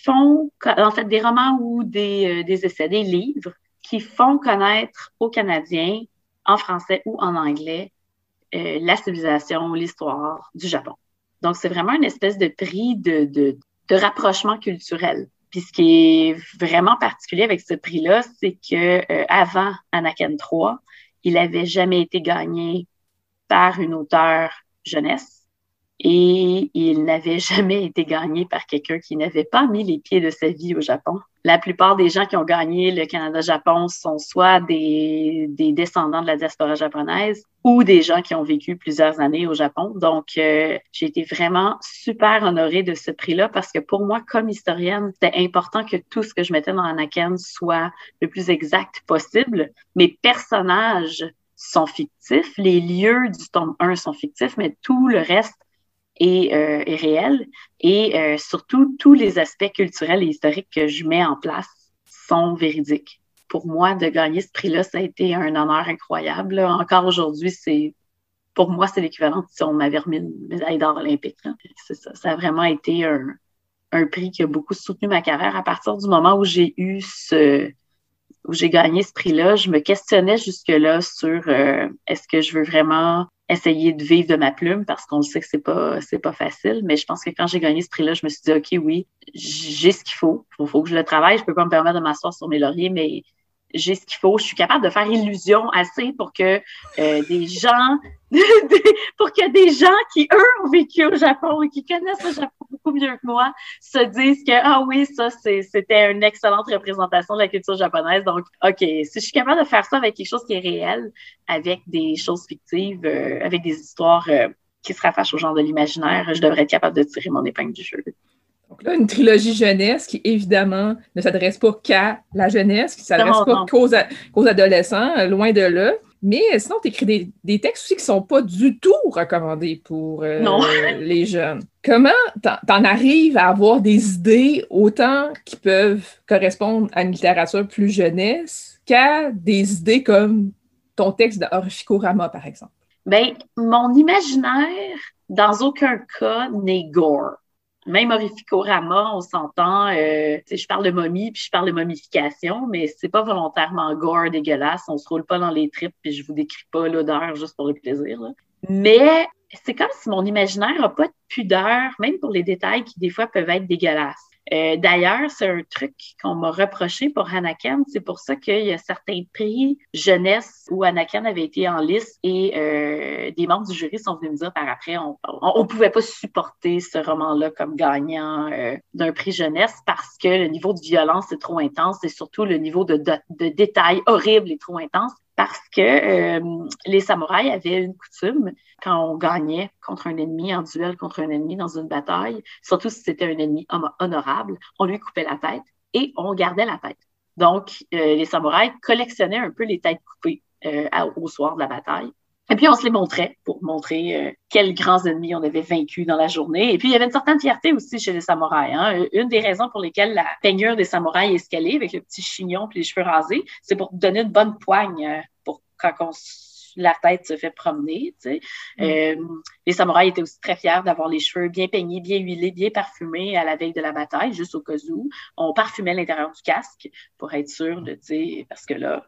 Speaker 5: des romans ou des essais, des livres qui font connaître aux Canadiens, en français ou en anglais, la civilisation, l'histoire du Japon. Donc, c'est vraiment une espèce de prix de rapprochement culturel. Puis ce qui est vraiment particulier avec ce prix-là, c'est que avant Hanaken 3, il n'avait jamais été gagné par une auteure jeunesse et il n'avait jamais été gagné par quelqu'un qui n'avait pas mis les pieds de sa vie au Japon. La plupart des gens qui ont gagné le Canada-Japon sont soit des descendants de la diaspora japonaise ou des gens qui ont vécu plusieurs années au Japon. Donc, j'ai été vraiment super honorée de ce prix-là parce que pour moi, comme historienne, c'était important que tout ce que je mettais dans Hanaken soit le plus exact possible. Mes personnages sont fictifs, les lieux du tome 1 sont fictifs, mais tout le reste est réel. Et surtout, tous les aspects culturels et historiques que je mets en place sont véridiques. Pour moi, de gagner ce prix-là, ça a été un honneur incroyable. Là. Encore aujourd'hui, pour moi, c'est l'équivalent si on m'avait remis une médaille d'or olympique. Là. C'est ça. Ça a vraiment été un prix qui a beaucoup soutenu ma carrière. À partir du moment où j'ai gagné ce prix-là, je me questionnais jusque-là sur est-ce que je veux vraiment essayer de vivre de ma plume parce qu'on le sait que c'est pas facile. Mais je pense que quand j'ai gagné ce prix-là, je me suis dit, OK, oui, j'ai ce qu'il faut. Faut que je le travaille. Je peux pas me permettre de m'asseoir sur mes lauriers, mais j'ai ce qu'il faut. Je suis capable de faire illusion assez pour que des gens qui, eux, ont vécu au Japon et qui connaissent le Japon beaucoup mieux que moi, se disent que, ah oui, ça, c'était une excellente représentation de la culture japonaise. Donc, OK, si je suis capable de faire ça avec quelque chose qui est réel, avec des choses fictives, avec des histoires qui se rattachent au genre de l'imaginaire, je devrais être capable de tirer mon épingle du jeu.
Speaker 2: Donc là, une trilogie jeunesse qui, évidemment, ne s'adresse pas qu'à la jeunesse, qui ne s'adresse pas qu'aux adolescents, loin de là. Mais sinon, tu écris des textes aussi qui ne sont pas du tout recommandés pour les jeunes. Comment t'en arrives à avoir des idées autant qui peuvent correspondre à une littérature plus jeunesse qu'à des idées comme ton texte de Haruhiko Rama, par exemple?
Speaker 5: Bien, mon imaginaire, dans aucun cas, n'est gore. Même Haruhiko Rama, on s'entend, je parle de momie puis je parle de momification, mais c'est pas volontairement gore dégueulasse, on se roule pas dans les tripes puis je vous décris pas l'odeur juste pour le plaisir. Là. Mais c'est comme si mon imaginaire n'a pas de pudeur, même pour les détails qui, des fois, peuvent être dégueulasses. D'ailleurs, c'est un truc qu'on m'a reproché pour Anakin. C'est pour ça qu'il y a certains prix jeunesse où Anakin avait été en lice et des membres du jury sont venus me dire par après, on pouvait pas supporter ce roman-là comme gagnant d'un prix jeunesse parce que le niveau de violence est trop intense et surtout le niveau de détails horribles est trop intense. Parce que les samouraïs avaient une coutume, quand on gagnait contre un ennemi, en duel contre un ennemi dans une bataille, surtout si c'était un ennemi honorable, on lui coupait la tête et on gardait la tête. Donc, les samouraïs collectionnaient un peu les têtes coupées au soir de la bataille. Et puis, on se les montrait pour montrer quels grands ennemis on avait vaincus dans la journée. Et puis, il y avait une certaine fierté aussi chez les samouraïs. Hein. Une des raisons pour lesquelles la peignure des samouraïs est escalée avec le petit chignon puis les cheveux rasés, c'est pour donner une bonne poigne pour quand la tête se fait promener. Tu sais. Les samouraïs étaient aussi très fiers d'avoir les cheveux bien peignés, bien huilés, bien parfumés à la veille de la bataille, juste au cas où. On parfumait l'intérieur du casque pour être sûr de, tu sais, parce que là,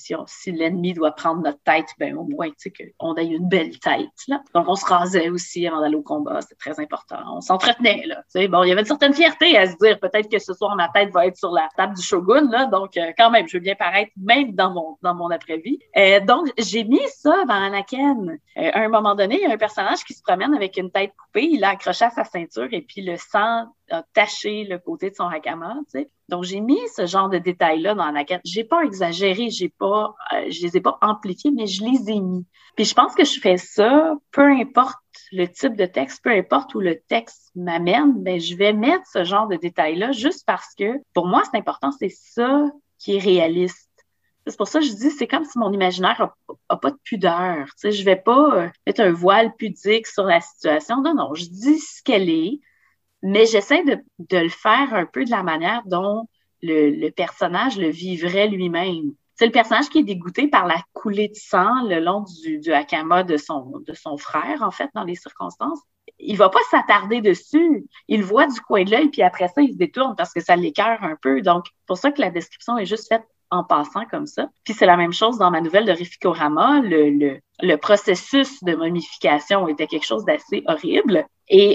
Speaker 5: si l'ennemi doit prendre notre tête, ben au moins, tu sais, qu'on ait une belle tête. Là. Donc, on se rasait aussi avant d'aller au combat, c'était très important. On s'entretenait, là. Tu sais. Bon, il y avait une certaine fierté à se dire, peut-être que ce soir, ma tête va être sur la table du shogun, là. Donc, quand même, je veux bien paraître, même dans mon après-vie. Donc, j'ai mis ça dans Anakin. À un moment donné, il y a un personnage qui se promène avec une tête coupée, il l'a accroché à sa ceinture et puis le sang a taché le côté de son hakama, tu sais. Donc, j'ai mis ce genre de détails-là dans Anakin. J'ai pas exagéré, je les ai pas amplifiés, mais je les ai mis. Puis je pense que je fais ça, peu importe le type de texte, peu importe où le texte m'amène, ben je vais mettre ce genre de détails-là juste parce que, pour moi, c'est important, c'est ça qui est réaliste. C'est pour ça que je dis, c'est comme si mon imaginaire a pas de pudeur. Tu sais, je vais pas mettre un voile pudique sur la situation. Non, je dis ce qu'elle est, mais j'essaie de le faire un peu de la manière dont le personnage le vivrait lui-même. C'est le personnage qui est dégoûté par la coulée de sang le long du hakama de son frère, en fait, dans les circonstances. Il va pas s'attarder dessus. Il le voit du coin de l'œil, puis après ça, il se détourne parce que ça l'écœure un peu. Donc, c'est pour ça que la description est juste faite en passant comme ça. Puis c'est la même chose dans ma nouvelle de Rifikorama. Le processus de momification était quelque chose d'assez horrible. Et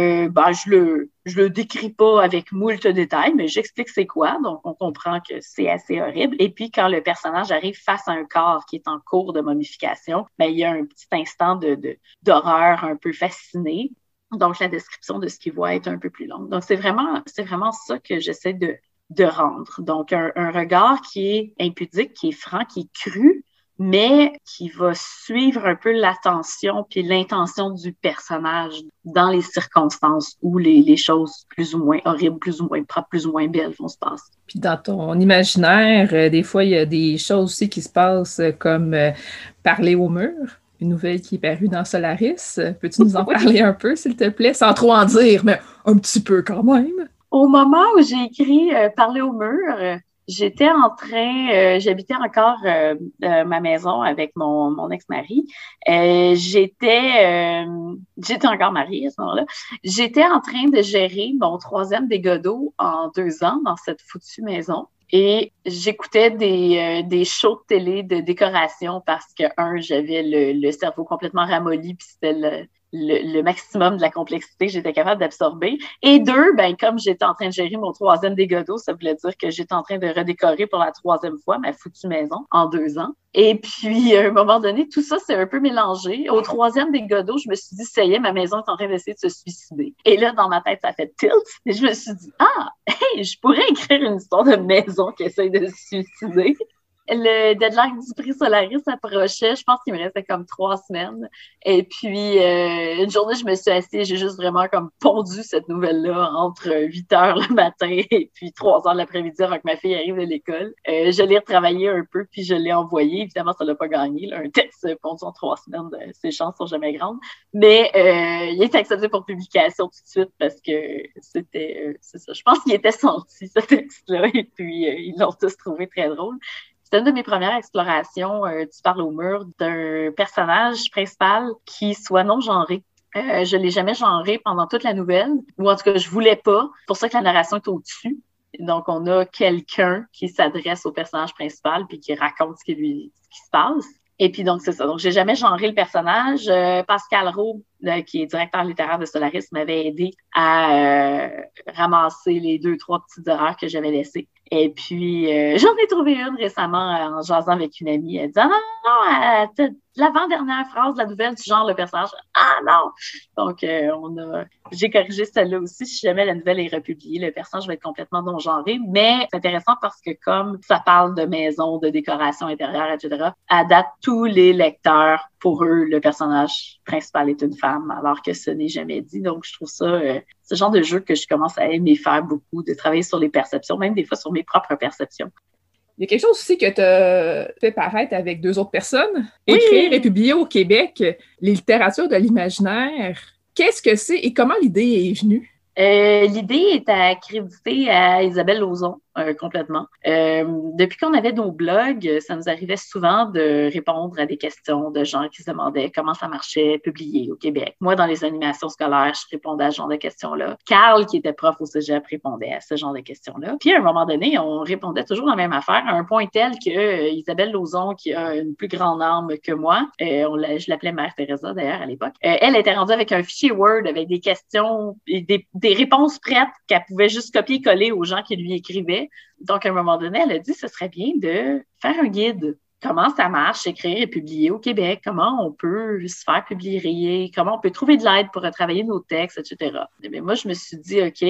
Speaker 5: je le décris pas avec moult détails, mais j'explique c'est quoi. Donc, on comprend que c'est assez horrible. Et puis, quand le personnage arrive face à un corps qui est en cours de momification, ben, il y a un petit instant d'horreur un peu fasciné. Donc, la description de ce qu'il voit est un peu plus longue. Donc, c'est vraiment ça que j'essaie de rendre. Donc, un regard qui est impudique, qui est franc, qui est cru, mais qui va suivre un peu l'attention puis l'intention du personnage dans les circonstances où les choses plus ou moins horribles, plus ou moins propres, plus ou moins belles vont se passer.
Speaker 2: Puis dans ton imaginaire, des fois, il y a des choses aussi qui se passent comme parler au mur. Une nouvelle qui est parue dans Solaris. Peux-tu nous en parler un peu, s'il te plaît? Sans trop en dire, mais un petit peu quand même.
Speaker 5: Au moment où j'ai écrit « Parler au mur », j'étais en train, j'habitais encore ma maison avec mon ex-mari. J'étais encore mariée à ce moment-là. J'étais en train de gérer mon 3e dégât d'eau en 2 ans dans cette foutue maison. Et j'écoutais des shows de télé de décoration parce que, j'avais le cerveau complètement ramolli, puis c'était le maximum de la complexité que j'étais capable d'absorber. Et 2, ben comme j'étais en train de gérer mon 3e dégât d'eau, ça voulait dire que j'étais en train de redécorer pour la 3e fois ma foutue maison en 2 ans. Et puis, à un moment donné, tout ça s'est un peu mélangé. Au 3e dégât d'eau, je me suis dit, ça y est, ma maison est en train d'essayer de se suicider. Et là, dans ma tête, ça fait tilt. Et je me suis dit, hey, je pourrais écrire une histoire de maison qui essaye de se suicider. Le deadline du prix Solaris approchait. Je pense qu'il me restait comme 3 semaines. Et puis, une journée, je me suis assise. J'ai juste vraiment comme pondu cette nouvelle-là entre 8 heures le matin et puis 3 heures l'après-midi avant que ma fille arrive de l'école. Je l'ai retravaillé un peu, puis je l'ai envoyé. Évidemment, ça l'a pas gagné. Là. Un texte pondu en 3 semaines, ses chances sont jamais grandes. Mais il est accepté pour publication tout de suite parce que c'était... c'est ça. Je pense qu'il était senti, ce texte-là. Et puis, ils l'ont tous trouvé très drôle. C'était une de mes premières explorations du parle au mur d'un personnage principal qui soit non genré. Je l'ai jamais genré pendant toute la nouvelle, ou en tout cas, je voulais pas. C'est pour ça que la narration est au-dessus. Donc, on a quelqu'un qui s'adresse au personnage principal puis qui raconte ce qui se passe. Et puis, donc, c'est ça. Donc, j'ai jamais genré le personnage. Pascal Roux, qui est directeur littéraire de Solaris, m'avait aidé à ramasser les 2-3 petites erreurs que j'avais laissées. Et puis, j'en ai trouvé une récemment en jasant avec une amie. Elle dit « Ah non, l'avant-dernière phrase de la nouvelle, tu genres le personnage. » Ah non! Donc, j'ai corrigé celle-là aussi. Si jamais la nouvelle est republiée, le personnage va être complètement non-genré. Mais c'est intéressant parce que comme ça parle de maison, de décoration intérieure, etc., à date, tous les lecteurs, pour eux, le personnage principal est une femme, alors que ce n'est jamais dit. Donc, je trouve ça, ce genre de jeu que je commence à aimer faire beaucoup, de travailler sur les perceptions, même des fois sur mes propres perceptions.
Speaker 2: Il y a quelque chose aussi que tu as fait paraître avec 2 autres personnes.
Speaker 5: Oui.
Speaker 2: Écrire et publier au Québec les littératures de l'imaginaire. Qu'est-ce que c'est et comment l'idée est venue?
Speaker 5: L'idée est à créditer à Isabelle Lauzon, complètement. Depuis qu'on avait nos blogs, ça nous arrivait souvent de répondre à des questions de gens qui se demandaient comment ça marchait publier au Québec. Moi, dans les animations scolaires, je répondais à ce genre de questions-là. Carl, qui était prof au cégep, répondait à ce genre de questions-là. Puis, à un moment donné, on répondait toujours la même affaire, à un point tel que Isabelle Lauzon, qui a une plus grande âme que moi, je l'appelais Mère Teresa, d'ailleurs, à l'époque, elle était rendue avec un fichier Word avec des questions et des réponses prêtes qu'elle pouvait juste copier-coller aux gens qui lui écrivaient. Donc, à un moment donné, elle a dit, ce serait bien de faire un guide. Comment ça marche, écrire et publier au Québec? Comment on peut se faire publier? Comment on peut trouver de l'aide pour retravailler nos textes, etc. Mais moi, je me suis dit, OK,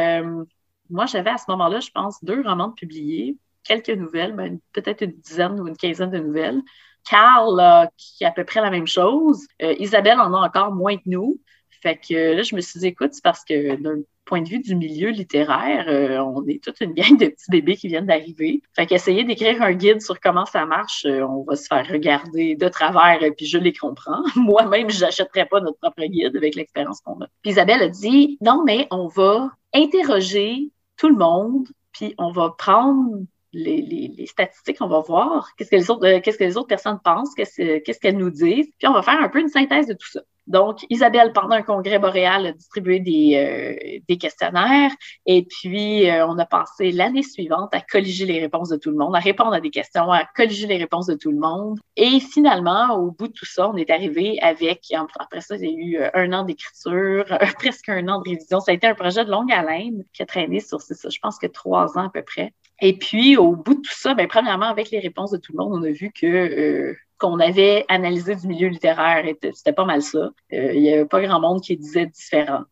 Speaker 5: moi, j'avais à ce moment-là, je pense, 2 romans de publiés, quelques nouvelles, peut-être une dizaine ou une quinzaine de nouvelles. Carl, qui a à peu près la même chose. Isabelle en a encore moins que nous. Fait que là, je me suis dit, écoute, c'est parce que d'un point de vue du milieu littéraire, on est toute une gang de petits bébés qui viennent d'arriver. Fait qu'essayer d'écrire un guide sur comment ça marche, on va se faire regarder de travers et puis je les comprends. Moi-même, je n'achèterais pas notre propre guide avec l'expérience qu'on a. Puis Isabelle a dit, non, mais on va interroger tout le monde, puis on va prendre les statistiques, on va voir qu'est-ce que les autres personnes pensent, qu'est-ce qu'elles nous disent, puis on va faire un peu une synthèse de tout ça. Donc, Isabelle, pendant un congrès boréal, a distribué des questionnaires et puis on a passé l'année suivante à colliger les réponses de tout le monde, à répondre à des questions, à colliger les réponses de tout le monde. Et finalement, au bout de tout ça, on est arrivé avec, après ça, il y a eu 1 an d'écriture, presque 1 an de révision. Ça a été un projet de longue haleine qui a traîné sur, c'est ça, je pense que 3 ans à peu près. Et puis, au bout de tout ça, premièrement, avec les réponses de tout le monde, on a vu que qu'on avait analysé du milieu littéraire, c'était pas mal ça. Il n'y avait pas grand monde qui disait différent.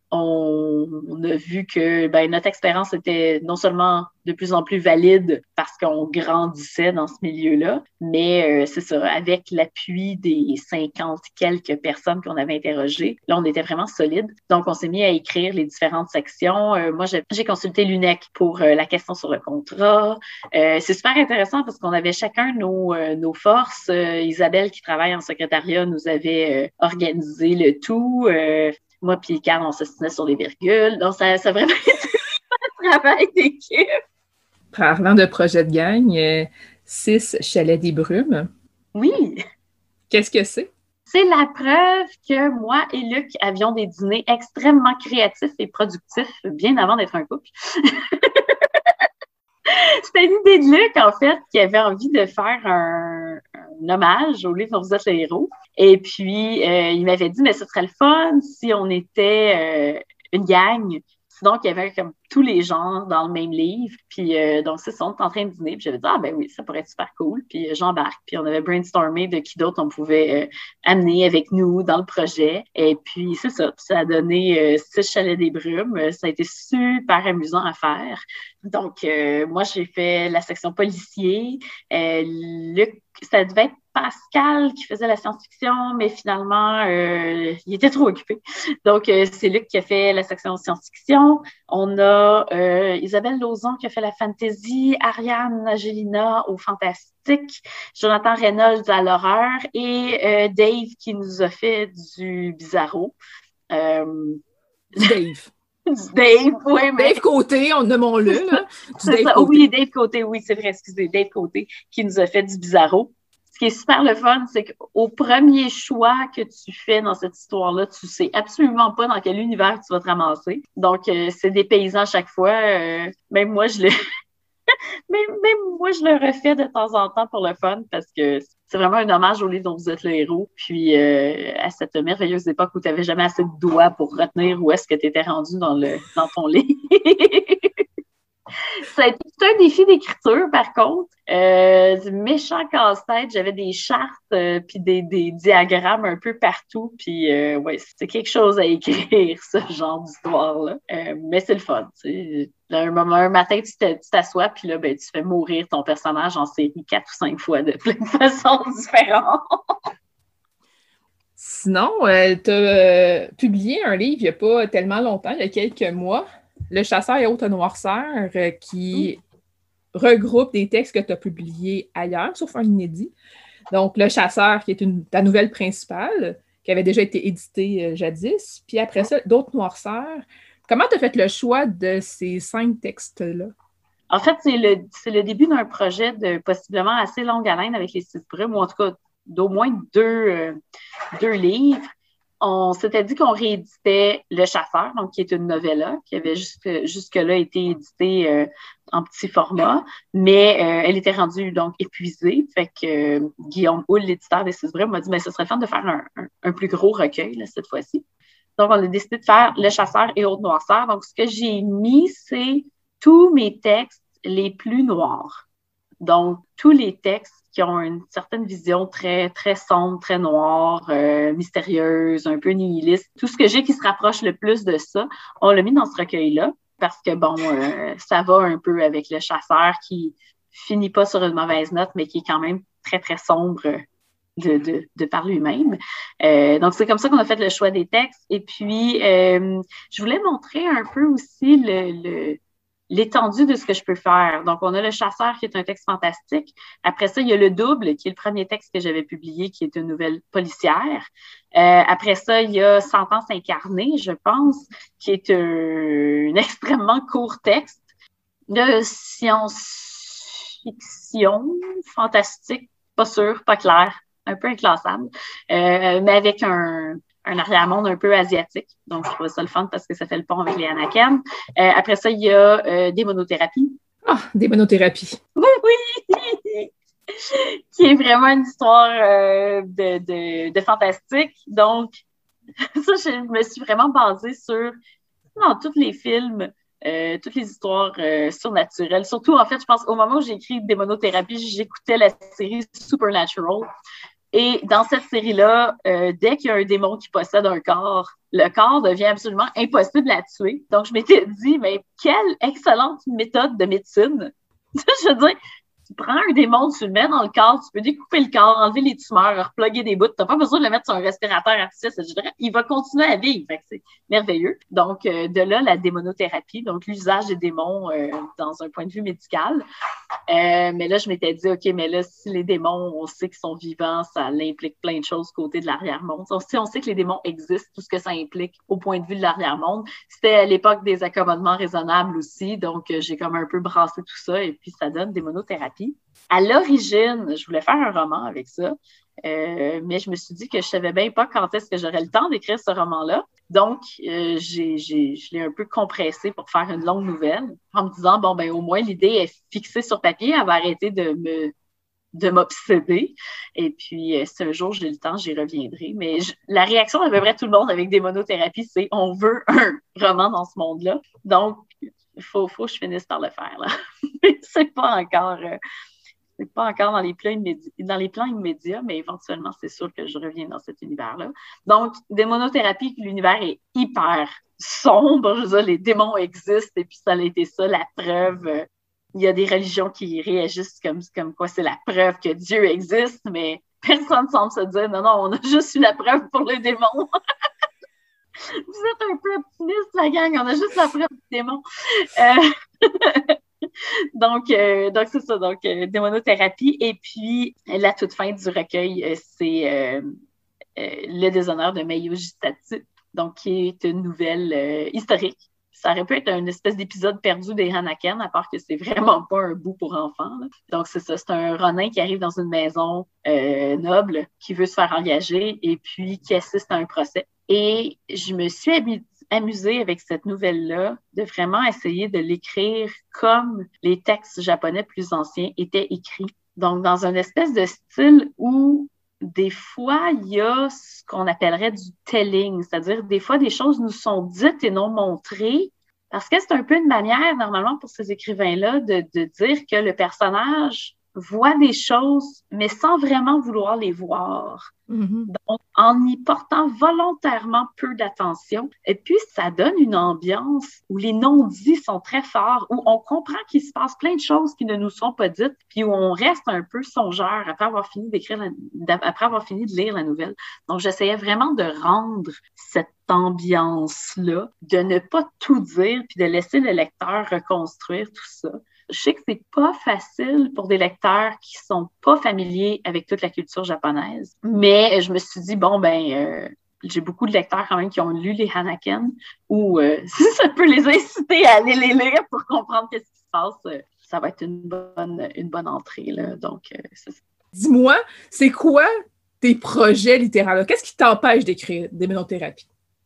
Speaker 5: On a vu que notre expérience était non seulement de plus en plus valide parce qu'on grandissait dans ce milieu-là, mais c'est ça, avec l'appui des 50 quelques personnes qu'on avait interrogées, là, on était vraiment solide. Donc, on s'est mis à écrire les différentes sections. Moi, j'ai consulté l'UNEC pour la question sur le contrat. C'est super intéressant parce qu'on avait chacun nos forces. Isabelle, qui travaille en secrétariat, nous avait organisé le tout. Moi puis Carl, on s'ostinait sur les virgules. Donc, ça a vraiment été un travail d'équipe.
Speaker 2: Parlant de projet de gang, 6 Chalets des Brumes.
Speaker 5: Oui.
Speaker 2: Qu'est-ce que c'est?
Speaker 5: C'est la preuve que moi et Luc avions des dîners extrêmement créatifs et productifs bien avant d'être un couple. C'était l'idée de Luc, en fait, qui avait envie de faire un hommage au livre dont vous êtes le héros. Et puis, il m'avait dit, mais ce serait le fun si on était une gang. Donc, il y avait comme tous les genres dans le même livre. Puis, donc, c'est ça, on était en train de dîner. Puis, j'avais dit, oui, ça pourrait être super cool. Puis, j'embarque. Puis, on avait brainstormé de qui d'autre on pouvait amener avec nous dans le projet. Et puis, c'est ça. Puis, ça a donné 6 Chalets des Brumes. Ça a été super amusant à faire. Donc, moi, j'ai fait la section policier. Luc, ça devait être Pascal qui faisait la science-fiction, mais finalement, il était trop occupé. Donc, c'est Luc qui a fait la section science-fiction. On a Isabelle Lauzon qui a fait la fantasy, Ariane Angelina au fantastique, Jonathan Reynolds à l'horreur et Dave qui nous a fait du bizarro.
Speaker 2: Dave.
Speaker 5: Dave, oui, mais...
Speaker 2: Dave Côté, on nommons-le, là.
Speaker 5: C'est ça. Oui, Dave Côté, oui, c'est vrai, excusez, Dave Côté qui nous a fait du bizarro. Ce qui est super le fun, c'est qu'au premier choix que tu fais dans cette histoire-là, tu sais absolument pas dans quel univers tu vas te ramasser. Donc, c'est des paysans à chaque fois. Même moi, je le refais de temps en temps pour le fun parce que c'est vraiment un hommage au livre dont vous êtes le héros, puis à cette merveilleuse époque où tu n'avais jamais assez de doigts pour retenir où est-ce que tu étais rendu dans ton livre. Ça a été tout un défi d'écriture, par contre. Du méchant casse-tête. J'avais des chartes puis des diagrammes un peu partout. Puis, ouais, c'est quelque chose à écrire, ce genre d'histoire-là. Mais c'est le fun, tu sais. Là, un matin, tu t'assois, puis là, ben, tu fais mourir ton personnage en série 4 ou 5 fois de plein de façons différentes.
Speaker 2: Sinon, tu as publié un livre il n'y a pas tellement longtemps, il y a quelques mois, Le chasseur et autres noirceurs, qui regroupe des textes que tu as publiés ailleurs, sauf un inédit. Donc, Le chasseur, qui est ta nouvelle principale, qui avait déjà été éditée jadis. Puis après ça, D'autres noirceurs. Comment tu as fait le choix de ces 5 textes-là?
Speaker 5: En fait, c'est le début d'un projet de possiblement assez longue haleine avec les 6 brumes, ou en tout cas d'au moins 2 livres. On s'était dit qu'on rééditait Le chasseur, donc qui est une novella, qui avait jusque-là été éditée en petit format, mais elle était rendue donc épuisée. Fait que Guillaume Houle, l'éditeur des 6 brumes, m'a dit « Mais ce serait le fun de faire un plus gros recueil là, cette fois-ci. » Donc, on a décidé de faire Le chasseur et autres noirceurs. Donc, ce que j'ai mis, c'est tous mes textes les plus noirs. Donc, tous les textes qui ont une certaine vision très, très sombre, très noire, mystérieuse, un peu nihiliste. Tout ce que j'ai qui se rapproche le plus de ça, on l'a mis dans ce recueil-là parce que, bon, ça va un peu avec Le chasseur qui finit pas sur une mauvaise note, mais qui est quand même très, très sombre de par lui-même. Donc, c'est comme ça qu'on a fait le choix des textes. Et puis, je voulais montrer un peu aussi l'étendue de ce que je peux faire. Donc, on a Le chasseur, qui est un texte fantastique. Après ça, il y a Le double, qui est le premier texte que j'avais publié, qui est une nouvelle policière. Après ça, il y a Sentence incarnée, je pense, qui est un extrêmement court texte de science-fiction, fantastique, pas sûr, pas clair, un peu inclassable, mais avec un arrière-monde un peu asiatique. Donc, je trouvais ça le fun parce que ça fait le pont avec les Anakin. Après ça, il y a Démonothérapie.
Speaker 2: Ah, Démonothérapie.
Speaker 5: Oui, oui! Qui est vraiment une histoire de fantastique. Donc, ça, je me suis vraiment basée sur dans tous les films, toutes les histoires surnaturelles. Surtout, en fait, je pense, au moment où j'ai écrit Démonothérapie, j'écoutais la série Supernatural. Et dans cette série-là, dès qu'il y a un démon qui possède un corps, le corps devient absolument impossible à tuer. Donc, je m'étais dit, mais quelle excellente méthode de médecine! Je veux dire, tu prends un démon, tu le mets dans le corps, tu peux découper le corps, enlever les tumeurs, reploguer des bouts. Tu n'as pas besoin de le mettre sur un respirateur artificiel. Je dirais, il va continuer à vivre. Fait que c'est merveilleux. Donc, de là, la démonothérapie, donc l'usage des démons dans un point de vue médical. Mais là, je m'étais dit, OK, mais là, si les démons, on sait qu'ils sont vivants, ça implique plein de choses côté de l'arrière-monde. Si on sait que les démons existent, tout ce que ça implique au point de vue de l'arrière-monde. C'était à l'époque des accommodements raisonnables aussi. Donc, j'ai comme un peu brassé tout ça et puis ça donne démonothérapie. À l'origine, je voulais faire un roman avec ça, mais je me suis dit que je savais bien pas quand est-ce que j'aurais le temps d'écrire ce roman-là. Donc, je l'ai un peu compressé pour faire une longue nouvelle en me disant, bon, ben au moins, l'idée est fixée sur papier, elle va arrêter de m'obséder. Et puis, si un jour j'ai le temps, j'y reviendrai. Mais la réaction d'à peu près tout le monde avec Démonothérapie, c'est on veut un roman dans ce monde-là. Donc, il faut que je finisse par le faire, là. C'est pas encore dans les plans immédiats, mais éventuellement, c'est sûr que je reviens dans cet univers-là. Donc, Démonothérapie, l'univers est hyper sombre. Je veux dire, les démons existent et puis ça a été ça, la preuve. Il y a des religions qui réagissent comme quoi c'est la preuve que Dieu existe, mais personne ne semble se dire non, on a juste eu la preuve pour les démons. Vous êtes un peu optimiste, la gang, on a juste la preuve des démons. Donc, c'est ça, donc démonothérapie. Et puis, la toute fin du recueil, c'est Le déshonneur de Mayujitatu, donc qui est une nouvelle historique. Ça aurait pu être une espèce d'épisode perdu des Anakin, à part que c'est vraiment pas un bout pour enfants, là. Donc, c'est ça, c'est un Ronin qui arrive dans une maison noble, qui veut se faire engager et puis qui assiste à un procès. Et je me suis amusée avec cette nouvelle-là de vraiment essayer de l'écrire comme les textes japonais plus anciens étaient écrits. Donc, dans une espèce de style où des fois, il y a ce qu'on appellerait du telling, c'est-à-dire des fois, des choses nous sont dites et non montrées, parce que c'est un peu une manière, normalement, pour ces écrivains-là, de dire que le personnage voit des choses, mais sans vraiment vouloir les voir.
Speaker 2: Mm-hmm.
Speaker 5: Donc, en y portant volontairement peu d'attention. Et puis, ça donne une ambiance où les non-dits sont très forts, où on comprend qu'il se passe plein de choses qui ne nous sont pas dites, puis où on reste un peu songeur après avoir fini après avoir fini de lire la nouvelle. Donc, j'essayais vraiment de rendre cette ambiance-là, de ne pas tout dire, puis de laisser le lecteur reconstruire tout ça. Je sais que c'est pas facile pour des lecteurs qui sont pas familiers avec toute la culture japonaise, mais je me suis dit, j'ai beaucoup de lecteurs quand même qui ont lu les Hanaken, ou si ça peut les inciter à aller les lire pour comprendre qu'est-ce qui se passe, ça va être une bonne entrée, là. Donc, c'est ça.
Speaker 2: Dis-moi, c'est quoi tes projets littéraires? Qu'est-ce qui t'empêche d'écrire Démonothérapie?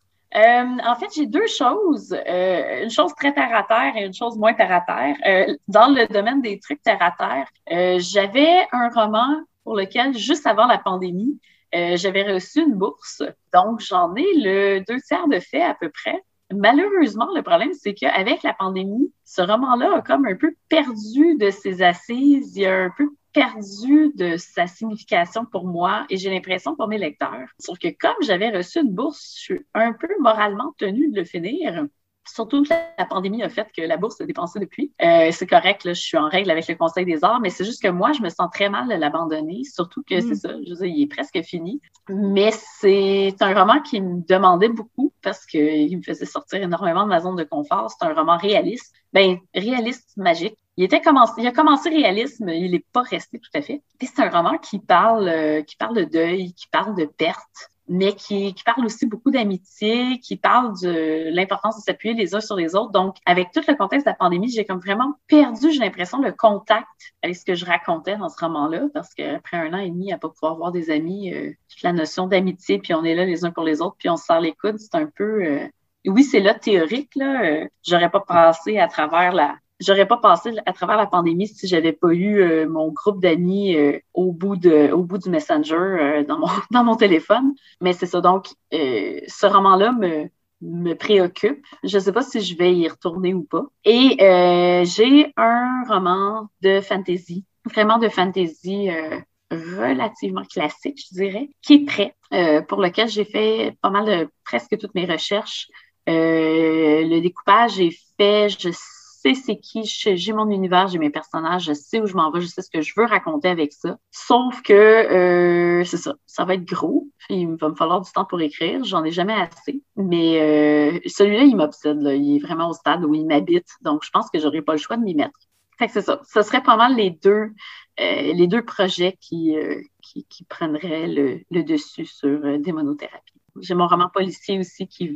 Speaker 5: En fait, j'ai deux choses. Une chose très terre-à-terre et une chose moins terre-à-terre. Dans le domaine des trucs terre-à-terre, j'avais un roman pour lequel, juste avant la pandémie, j'avais reçu une bourse. Donc, j'en ai le 2/3 de fait à peu près. Malheureusement, le problème, c'est qu'avec la pandémie, ce roman-là a comme un peu perdu de ses assises. Il a un peu perdu de sa signification pour moi et j'ai l'impression pour mes lecteurs. Sauf que comme j'avais reçu une bourse, je suis un peu moralement tenue de le finir. Surtout que la pandémie a fait que la bourse a dépensé depuis. C'est correct, là, je suis en règle avec le Conseil des arts, mais c'est juste que moi, je me sens très mal de l'abandonner, surtout que c'est ça, je veux dire, il est presque fini. Mais c'est un roman qui me demandait beaucoup parce qu'il me faisait sortir énormément de ma zone de confort. C'est un roman réaliste, réaliste magique. Il a commencé réaliste, mais il n'est pas resté tout à fait. Puis c'est un roman qui parle de deuil, qui parle de perte, mais qui parle aussi beaucoup d'amitié, qui parle de l'importance de s'appuyer les uns sur les autres. Donc, avec tout le contexte de la pandémie, j'ai comme vraiment perdu, j'ai l'impression, le contact avec ce que je racontais dans ce roman-là, parce qu'après 1 an et demi à pas pouvoir voir des amis, toute la notion d'amitié, puis on est là les uns pour les autres, puis on se serre les coudes, c'est un peu... Oui, c'est là théorique, là. J'aurais pas passé à travers la pandémie si j'avais pas eu mon groupe d'amis au bout du Messenger dans mon téléphone. Mais c'est ça. Donc, ce roman-là me préoccupe. Je sais pas si je vais y retourner ou pas. Et j'ai un roman de fantasy, vraiment de fantasy relativement classique, je dirais, qui est prêt, pour lequel j'ai fait pas mal de presque toutes mes recherches. Le découpage est fait, je sais c'est qui, j'ai mon univers, j'ai mes personnages, je sais où je m'en vais, je sais ce que je veux raconter avec ça. Sauf que c'est ça va être gros. Il va me falloir du temps pour écrire, j'en ai jamais assez. Mais celui-là, il m'obsède, là. Il est vraiment au stade où il m'habite, donc je pense que j'aurai pas le choix de m'y mettre. Fait que c'est ça. Ce serait pas mal les deux projets qui prendraient le dessus sur Démonothérapie. J'ai mon roman policier aussi qui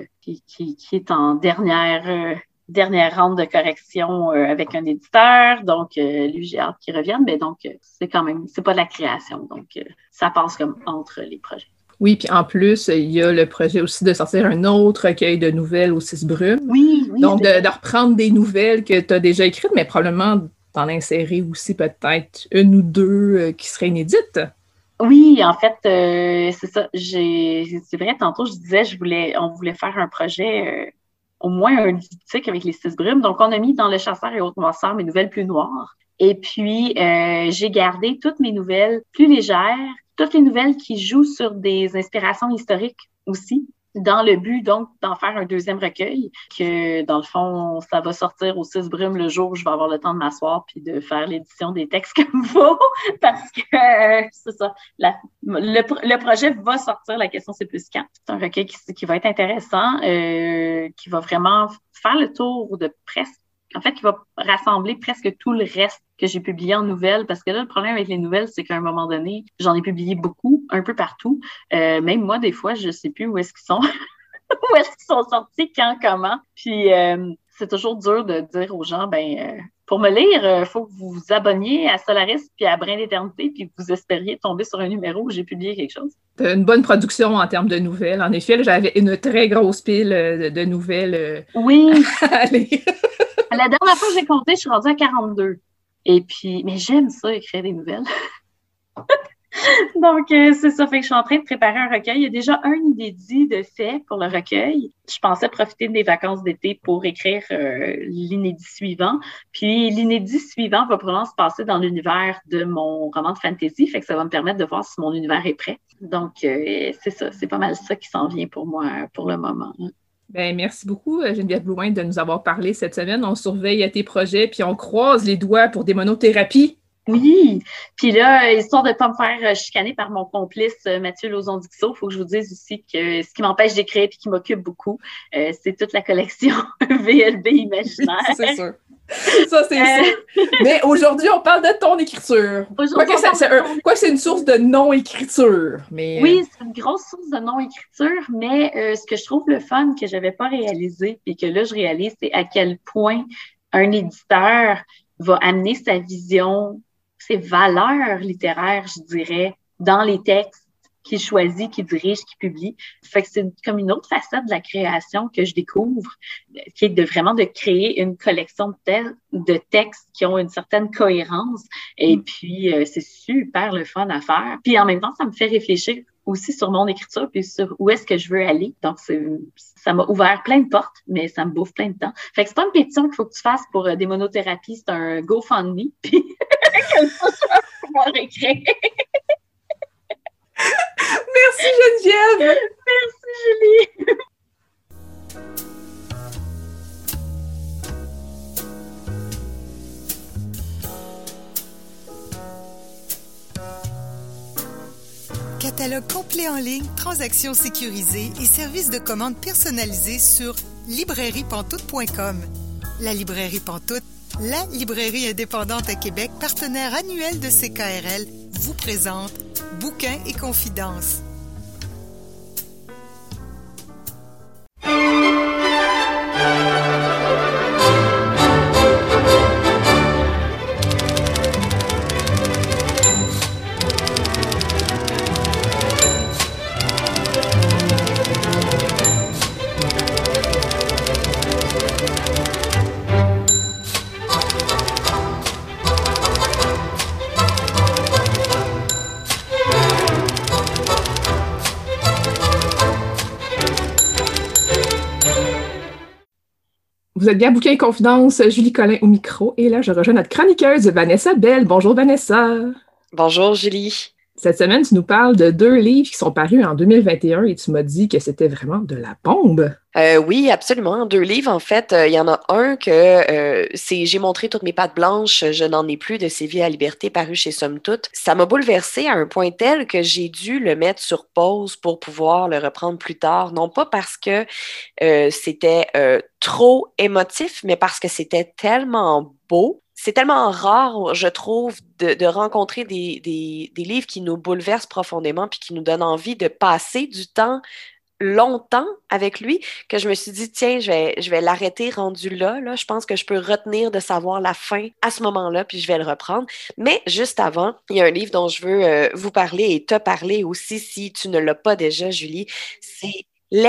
Speaker 5: est en dernière ronde de correction avec un éditeur. Donc, lui, j'ai hâte qu'il revienne. Mais donc, c'est pas de la création. Donc, ça passe comme entre les projets.
Speaker 2: Oui, puis en plus, il y a le projet aussi de sortir un autre recueil de nouvelles aux 6 brumes.
Speaker 5: Oui.
Speaker 2: Donc, de reprendre des nouvelles que tu as déjà écrites, mais probablement d'en insérer aussi peut-être une ou deux qui seraient inédites.
Speaker 5: Oui, en fait, c'est ça. C'est vrai, tantôt, je disais, on voulait faire un projet, au moins un diptyque avec les 6 brumes. Donc, on a mis dans Le Chasseur et Autres Noirceurs mes nouvelles plus noires. Et puis, j'ai gardé toutes mes nouvelles plus légères, toutes les nouvelles qui jouent sur des inspirations historiques aussi, dans le but, donc, d'en faire un deuxième recueil, que, dans le fond, ça va sortir aux 6 brumes le jour où je vais avoir le temps de m'asseoir puis de faire l'édition des textes comme il faut, parce que, c'est ça, le projet va sortir, la question c'est plus quand. C'est un recueil qui va être intéressant, qui va vraiment faire le tour de presque, en fait, qui va rassembler presque tout le reste que j'ai publié en nouvelles, parce que là, le problème avec les nouvelles, c'est qu'à un moment donné, j'en ai publié beaucoup, un peu partout. Même moi, des fois, je sais plus où est-ce qu'ils sont, où est-ce qu'ils sont sortis, quand, comment. Puis, c'est toujours dur de dire aux gens, pour me lire, il faut que vous vous abonniez à Solaris puis à Brin d'éternité, puis que vous espériez tomber sur un numéro où j'ai publié quelque chose.
Speaker 2: T'as une bonne production en termes de nouvelles. En effet, là, j'avais une très grosse pile de nouvelles
Speaker 5: oui.
Speaker 2: à lire.
Speaker 5: La dernière fois que j'ai compté, je suis rendue à 42. Et puis, mais j'aime ça, écrire des nouvelles. Donc, c'est ça. Fait que je suis en train de préparer un recueil. Il y a déjà un inédit de fait pour le recueil. Je pensais profiter des vacances d'été pour écrire l'inédit suivant. Puis, l'inédit suivant va probablement se passer dans l'univers de mon roman de fantasy. Fait que ça va me permettre de voir si mon univers est prêt. Donc, c'est ça. C'est pas mal ça qui s'en vient pour moi pour le moment.
Speaker 2: Ben, merci beaucoup, Geneviève Blouin, de nous avoir parlé cette semaine. On surveille tes projets, puis on croise les doigts pour des monothérapies.
Speaker 5: Oui, puis là, histoire de ne pas me faire chicaner par mon complice Mathieu Lauzon-Dixot, il faut que je vous dise aussi que ce qui m'empêche d'écrire et qui m'occupe beaucoup, c'est toute la collection VLB Imaginaire.
Speaker 2: Oui, c'est sûr. Ça, c'est sûr. Mais aujourd'hui, on parle de ton écriture. Quoi que c'est une source de non-écriture. Mais...
Speaker 5: Oui, c'est une grosse source de non-écriture, mais ce que je trouve le fun que je n'avais pas réalisé, puis que là, je réalise, c'est à quel point un éditeur va amener sa vision, ses valeurs littéraires, je dirais, dans les textes qu'il choisit, qu'il dirige, qu'il publie. Fait que c'est comme une autre facette de la création que je découvre, qui est vraiment de créer une collection de textes qui ont une certaine cohérence. Et puis, c'est super le fun à faire. Puis en même temps, ça me fait réfléchir aussi sur mon écriture puis sur où est-ce que je veux aller. Donc, ça m'a ouvert plein de portes, mais ça me bouffe plein de temps. Fait que c'est pas une pétition qu'il faut que tu fasses pour des monothérapies, c'est un GoFundMe. Puis, comme ça, tu vas pouvoir écrire.
Speaker 2: Merci Geneviève!
Speaker 5: Merci Julie!
Speaker 1: Catalogue complet en ligne, transactions sécurisées et services de commande personnalisés sur librairiepantoute.com. La librairie Pantoute, la librairie indépendante à Québec, partenaire annuel de CKRL, vous présente Bouquins et confidences.
Speaker 2: Vous êtes bien à Bouquins et Confidences, Julie Collin au micro. Et là, je rejoins notre chroniqueuse Vanessa Bell. Bonjour Vanessa.
Speaker 6: Bonjour Julie.
Speaker 2: Cette semaine, tu nous parles de 2 livres qui sont parus en 2021 et tu m'as dit que c'était vraiment de la bombe.
Speaker 6: Oui, absolument. 2 livres, en fait. Il y en a un que c'est J'ai montré toutes mes pattes blanches, je n'en ai plus de Séville à liberté, paru chez Somme Toute. Ça m'a bouleversée à un point tel que j'ai dû le mettre sur pause pour pouvoir le reprendre plus tard. Non pas parce que c'était trop émotif, mais parce que c'était tellement beau. C'est tellement rare, je trouve, de rencontrer des livres qui nous bouleversent profondément puis qui nous donnent envie de passer du temps longtemps avec lui, que je me suis dit, tiens, je vais l'arrêter rendu là. Je pense que je peux retenir de savoir la fin à ce moment-là, puis je vais le reprendre. Mais juste avant, il y a un livre dont je veux vous parler et te parler aussi, si tu ne l'as pas déjà, Julie. C'est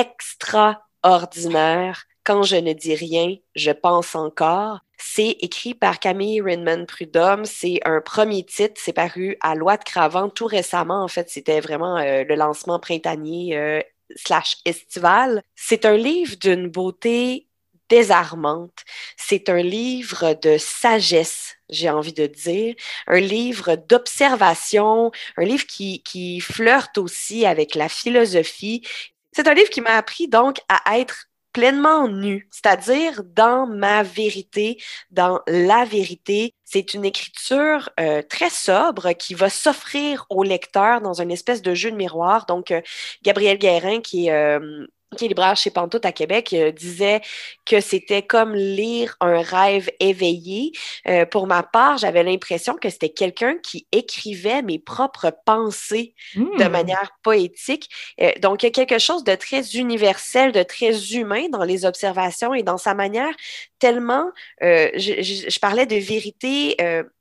Speaker 6: L'extraordinaire. Quand je ne dis rien, je pense encore. C'est écrit par Camille Rinman-Prudhomme. C'est un premier titre. C'est paru à Loi de Cravant tout récemment. En fait, c'était vraiment le lancement printanier / estival. C'est un livre d'une beauté désarmante. C'est un livre de sagesse, j'ai envie de dire. Un livre d'observation. Un livre qui flirte aussi avec la philosophie. C'est un livre qui m'a appris donc à être pleinement nue, c'est-à-dire dans ma vérité, dans la vérité. C'est une écriture très sobre qui va s'offrir au lecteur dans une espèce de jeu de miroir. Donc, Gabriel Guérin, qui est libraire chez Pantoute à Québec, disait que c'était comme lire un rêve éveillé. Pour ma part, j'avais l'impression que c'était quelqu'un qui écrivait mes propres pensées de manière poétique. Donc, il y a quelque chose de très universel, de très humain dans les observations et dans sa manière tellement... je parlais de vérité...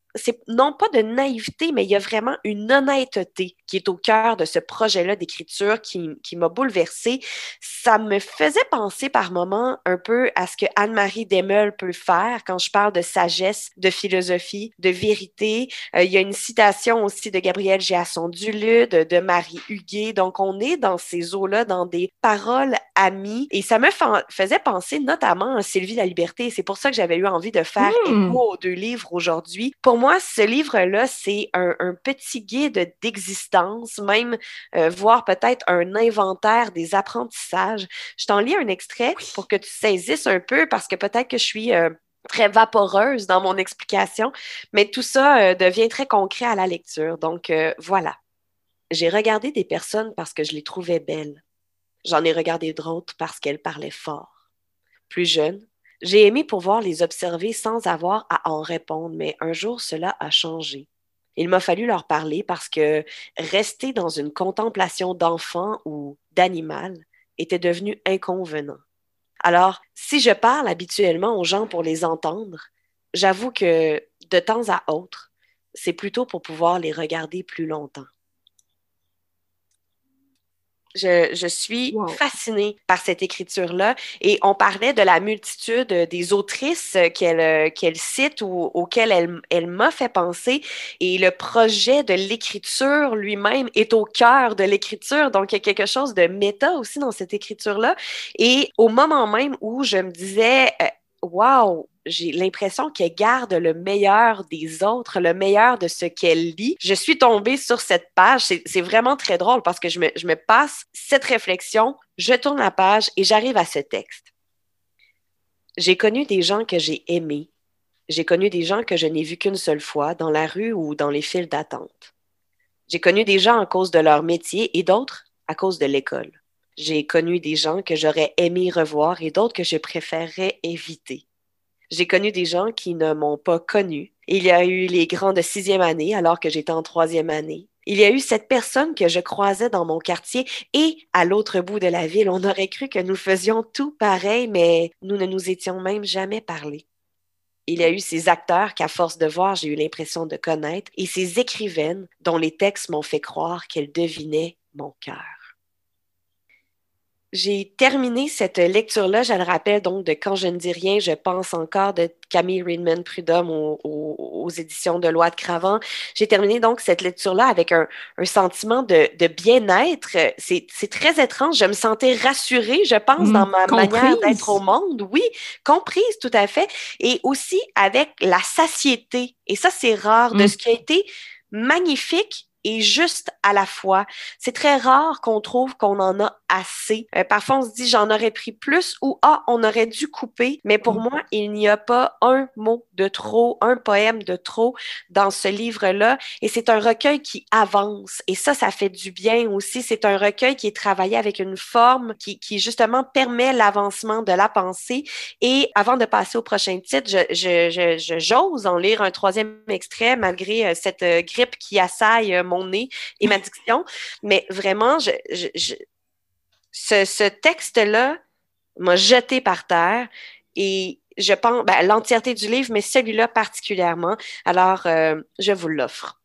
Speaker 6: c'est non pas de naïveté, mais il y a vraiment une honnêteté qui est au cœur de ce projet-là d'écriture qui m'a bouleversée. Ça me faisait penser par moments un peu à ce que Anne-Marie Desmeules peut faire quand je parle de sagesse, de philosophie, de vérité. Il y a une citation aussi de Gabrielle Géasson-Duluth, de Marie Huguet. Donc, on est dans ces eaux-là, dans des paroles amies. Et ça me faisait penser notamment à Sylvie la Liberté. C'est pour ça que j'avais eu envie de faire écho aux 2 livres aujourd'hui. Pour moi, ce livre-là, c'est un petit guide d'existence, même voire peut-être un inventaire des apprentissages. Je t'en lis un extrait pour que tu saisisses un peu, parce que peut-être que je suis très vaporeuse dans mon explication, mais tout ça devient très concret à la lecture. Donc, voilà. J'ai regardé des personnes parce que je les trouvais belles. J'en ai regardé d'autres parce qu'elles parlaient fort. Plus jeune, j'ai aimé pouvoir les observer sans avoir à en répondre, mais un jour, cela a changé. Il m'a fallu leur parler parce que rester dans une contemplation d'enfant ou d'animal était devenu inconvenant. Alors, si je parle habituellement aux gens pour les entendre, j'avoue que de temps à autre, c'est plutôt pour pouvoir les regarder plus longtemps. Je suis fascinée par cette écriture-là, et on parlait de la multitude des autrices qu'elle cite ou auxquelles elle m'a fait penser, et le projet de l'écriture lui-même est au cœur de l'écriture, donc il y a quelque chose de méta aussi dans cette écriture-là, et au moment même où je me disais wow, j'ai l'impression qu'elle garde le meilleur des autres, le meilleur de ce qu'elle lit. Je suis tombée sur cette page. C'est vraiment très drôle parce que je me passe cette réflexion, je tourne la page et j'arrive à ce texte. J'ai connu des gens que j'ai aimés. J'ai connu des gens que je n'ai vus qu'une seule fois, dans la rue ou dans les files d'attente. J'ai connu des gens à cause de leur métier et d'autres à cause de l'école. J'ai connu des gens que j'aurais aimé revoir et d'autres que je préférerais éviter. J'ai connu des gens qui ne m'ont pas connu. Il y a eu les grands de 6e année alors que j'étais en 3e année. Il y a eu cette personne que je croisais dans mon quartier et à l'autre bout de la ville, on aurait cru que nous faisions tout pareil, mais nous ne nous étions même jamais parlé. Il y a eu ces acteurs qu'à force de voir, j'ai eu l'impression de connaître, et ces écrivaines dont les textes m'ont fait croire qu'elles devinaient mon cœur. J'ai terminé cette lecture-là, je le rappelle donc, de Quand je ne dis rien, je pense encore, de Camille Ridman Prudhomme aux éditions de Loi de Cravant. J'ai terminé donc cette lecture-là avec un sentiment de bien-être. C'est très étrange. Je me sentais rassurée, je pense, dans ma manière d'être au monde. Oui, comprise, tout à fait. Et aussi avec la satiété. Et ça, c'est rare, de ce qui a été magnifique et juste à la fois. C'est très rare qu'on trouve qu'on en a assez. Parfois, on se dit, j'en aurais pris plus, ou on aurait dû couper. Mais pour moi, il n'y a pas un mot de trop, un poème de trop dans ce livre-là. Et c'est un recueil qui avance. Et ça fait du bien aussi. C'est un recueil qui est travaillé avec une forme qui justement permet l'avancement de la pensée. Et avant de passer au prochain titre, j'ose en lire un 3e extrait, malgré cette grippe qui assaille mon nez et ma diction. Mais vraiment, ce texte-là m'a jeté par terre, et je pense, l'entièreté du livre, mais celui-là particulièrement. Alors, je vous l'offre.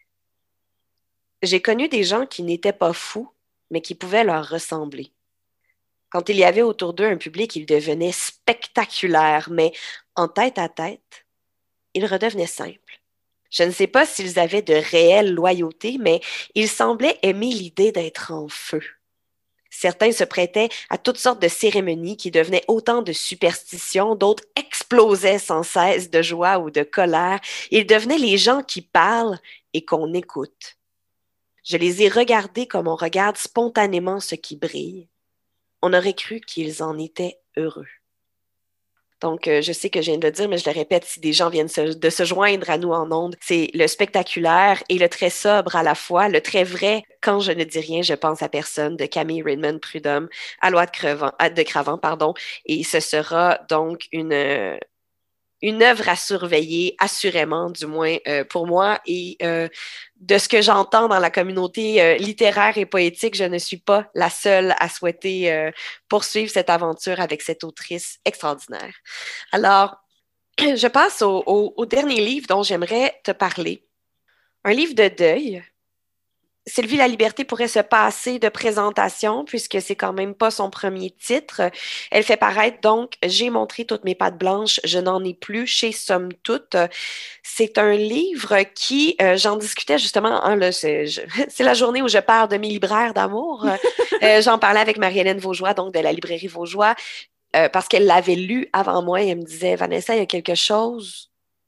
Speaker 6: J'ai connu des gens qui n'étaient pas fous, mais qui pouvaient leur ressembler. Quand il y avait autour d'eux un public, ils devenaient spectaculaires, mais en tête à tête, ils redevenaient simples. Je ne sais pas s'ils avaient de réelle loyauté, mais ils semblaient aimer l'idée d'être en feu. Certains se prêtaient à toutes sortes de cérémonies qui devenaient autant de superstitions, d'autres explosaient sans cesse de joie ou de colère. Ils devenaient les gens qui parlent et qu'on écoute. Je les ai regardés comme on regarde spontanément ce qui brille. On aurait cru qu'ils en étaient heureux. Donc, je sais que je viens de le dire, mais je le répète, si des gens viennent de se joindre à nous en ondes, c'est le spectaculaire et le très sobre à la fois, le très vrai. Quand je ne dis rien, je pense à personne, de Camille Ridman Prudhomme, à Loi de Cravant, pardon. Et ce sera donc une œuvre à surveiller, assurément, du moins pour moi. Et de ce que j'entends dans la communauté littéraire et poétique, je ne suis pas la seule à souhaiter poursuivre cette aventure avec cette autrice extraordinaire. Alors, je passe au dernier livre dont j'aimerais te parler. Un livre de deuil. Sylvie la Liberté pourrait se passer de présentation puisque c'est quand même pas son premier titre. Elle fait paraître donc J'ai montré toutes mes pattes blanches, je n'en ai plus chez Somme Toute. C'est un livre qui, j'en discutais justement, hein, là, c'est la journée où je parle de mes libraires d'amour. J'en parlais avec Marie-Hélène Vaugeois, donc de la librairie Vaugeois, parce qu'elle l'avait lu avant moi et elle me disait, Vanessa, il y a quelque chose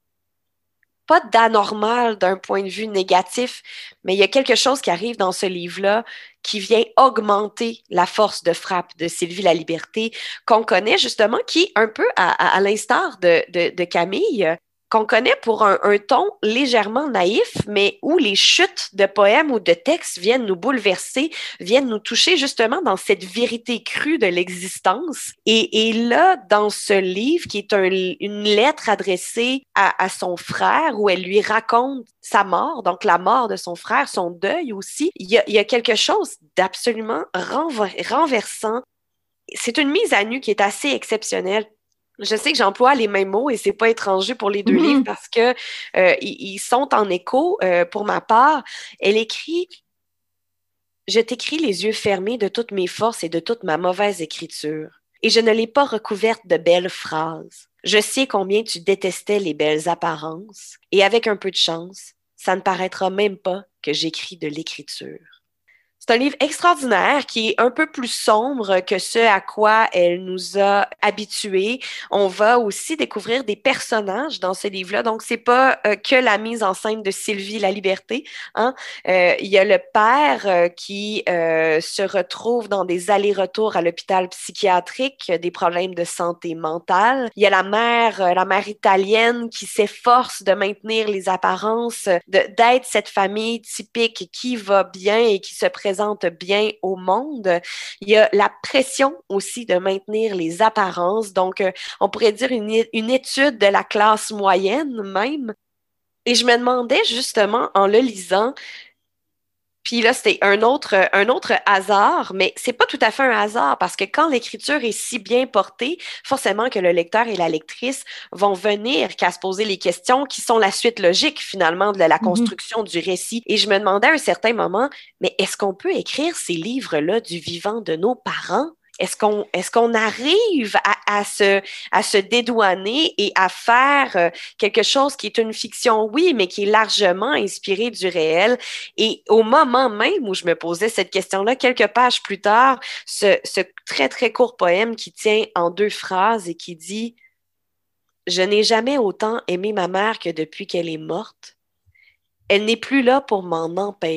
Speaker 6: pas d'anormal d'un point de vue négatif, mais il y a quelque chose qui arrive dans ce livre-là qui vient augmenter la force de frappe de Sylvie la Liberté, qu'on connaît justement, qui, un peu à l'instar de Camille, qu'on connaît pour un ton légèrement naïf, mais où les chutes de poèmes ou de textes viennent nous bouleverser, viennent nous toucher justement dans cette vérité crue de l'existence. Et là, dans ce livre, qui est une lettre adressée à son frère, où elle lui raconte sa mort, donc la mort de son frère, son deuil aussi, il y a quelque chose d'absolument renversant. C'est une mise à nu qui est assez exceptionnelle. Je sais que j'emploie les mêmes mots et c'est pas étranger pour les deux livres parce que ils sont en écho. Pour ma part, elle écrit « Je t'écris les yeux fermés de toutes mes forces et de toute ma mauvaise écriture, et je ne l'ai pas recouverte de belles phrases. Je sais combien tu détestais les belles apparences, et avec un peu de chance, ça ne paraîtra même pas que j'écris de l'écriture. » C'est un livre extraordinaire qui est un peu plus sombre que ce à quoi elle nous a habitués. On va aussi découvrir des personnages dans ce livre-là. Donc, c'est pas que la mise en scène de Sylvie la Liberté. Hein? Il y a le père qui se retrouve dans des allers-retours à l'hôpital psychiatrique, des problèmes de santé mentale. Il y a la mère italienne qui s'efforce de maintenir les apparences, d'être cette famille typique qui va bien et qui se présente bien au monde. Il y a la pression aussi de maintenir les apparences. Donc, on pourrait dire une étude de la classe moyenne même. Et je me demandais justement en le lisant, puis là, c'était un autre hasard, mais c'est pas tout à fait un hasard parce que quand l'écriture est si bien portée, forcément que le lecteur et la lectrice vont venir qu'à se poser les questions qui sont la suite logique finalement de la construction du récit. Et je me demandais à un certain moment, mais est-ce qu'on peut écrire ces livres-là du vivant de nos parents? Est-ce qu'on arrive à se dédouaner et à faire quelque chose qui est une fiction, oui, mais qui est largement inspirée du réel? Et au moment même où je me posais cette question-là, quelques pages plus tard, ce très, très court poème qui tient en 2 phrases et qui dit « Je n'ai jamais autant aimé ma mère que depuis qu'elle est morte. Elle n'est plus là pour m'en empêcher. »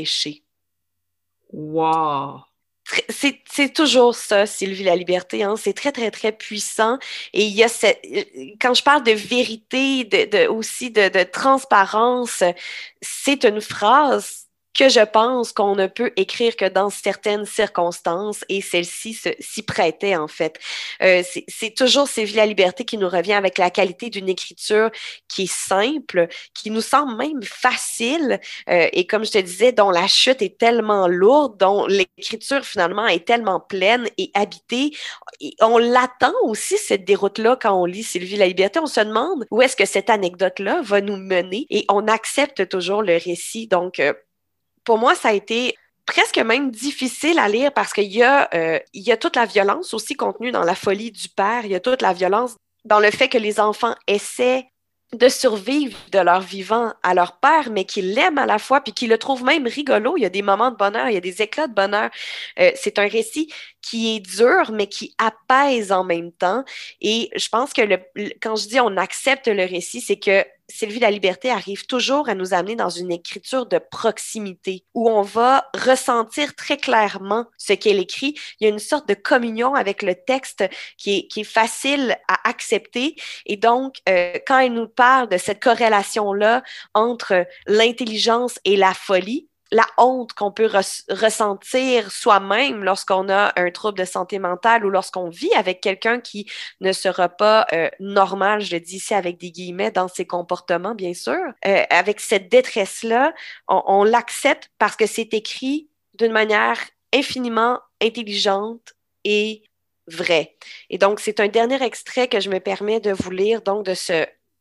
Speaker 2: Wow!
Speaker 6: C'est toujours ça, Sylvie la Liberté, hein? C'est très, très, très puissant. Et il y a quand je parle de vérité, aussi de transparence, c'est une phrase que je pense qu'on ne peut écrire que dans certaines circonstances et celle-ci s'y prêtait en fait. C'est toujours Sylvie la Liberté qui nous revient avec la qualité d'une écriture qui est simple, qui nous semble même facile et comme je te disais, dont la chute est tellement lourde, dont l'écriture finalement est tellement pleine et habitée. Et on l'attend aussi, cette déroute-là, quand on lit Sylvie la Liberté. On se demande où est-ce que cette anecdote-là va nous mener et on accepte toujours le récit. Donc, pour moi, ça a été presque même difficile à lire parce qu'il y a toute la violence aussi contenue dans la folie du père. Il y a toute la violence dans le fait que les enfants essaient de survivre de leur vivant à leur père, mais qu'ils l'aiment à la fois, puis qu'ils le trouvent même rigolo. Il y a des moments de bonheur, il y a des éclats de bonheur. C'est un récit qui est dur, mais qui apaise en même temps. Et je pense que quand je dis on accepte le récit, c'est que Sylvie la Liberté arrive toujours à nous amener dans une écriture de proximité où on va ressentir très clairement ce qu'elle écrit. Il y a une sorte de communion avec le texte qui est facile à accepter. Et donc, quand elle nous parle de cette corrélation-là entre l'intelligence et la folie, la honte qu'on peut ressentir soi-même lorsqu'on a un trouble de santé mentale ou lorsqu'on vit avec quelqu'un qui ne sera pas normal, je le dis ici avec des guillemets, dans ses comportements, bien sûr. Avec cette détresse-là, on l'accepte parce que c'est écrit d'une manière infiniment intelligente et vraie. Et donc, c'est un dernier extrait que je me permets de vous lire, donc de ce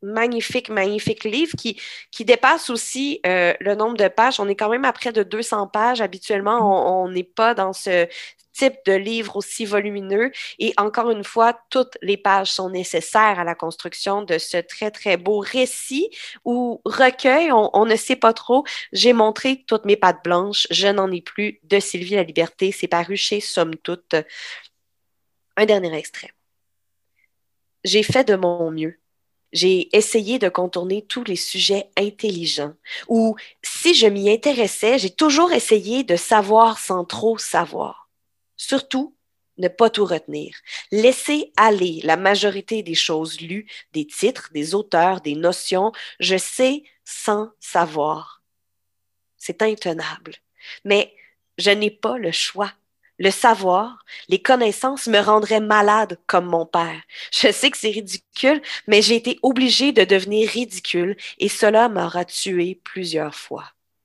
Speaker 6: magnifique, magnifique livre qui dépasse aussi le nombre de pages. On est quand même à près de 200 pages. Habituellement, on n'est pas dans ce type de livre aussi volumineux. Et encore une fois, toutes les pages sont nécessaires à la construction de ce très, très beau récit ou recueil. On ne sait pas trop. J'ai montré toutes mes pattes blanches. Je n'en ai plus de Sylvie la Liberté. C'est paru chez Somme Toute. Un dernier extrait. J'ai fait de mon mieux. J'ai essayé de contourner tous les sujets intelligents. Ou si je m'y intéressais, j'ai toujours essayé de savoir sans trop savoir. Surtout, ne pas tout retenir. Laisser aller la majorité des choses lues, des titres, des auteurs, des notions. Je sais sans savoir. C'est intenable. Mais je n'ai pas le choix. Le savoir, les connaissances me rendraient malade comme mon père. Je sais que c'est ridicule, mais j'ai été obligée de devenir ridicule et cela m'aura tué plusieurs fois.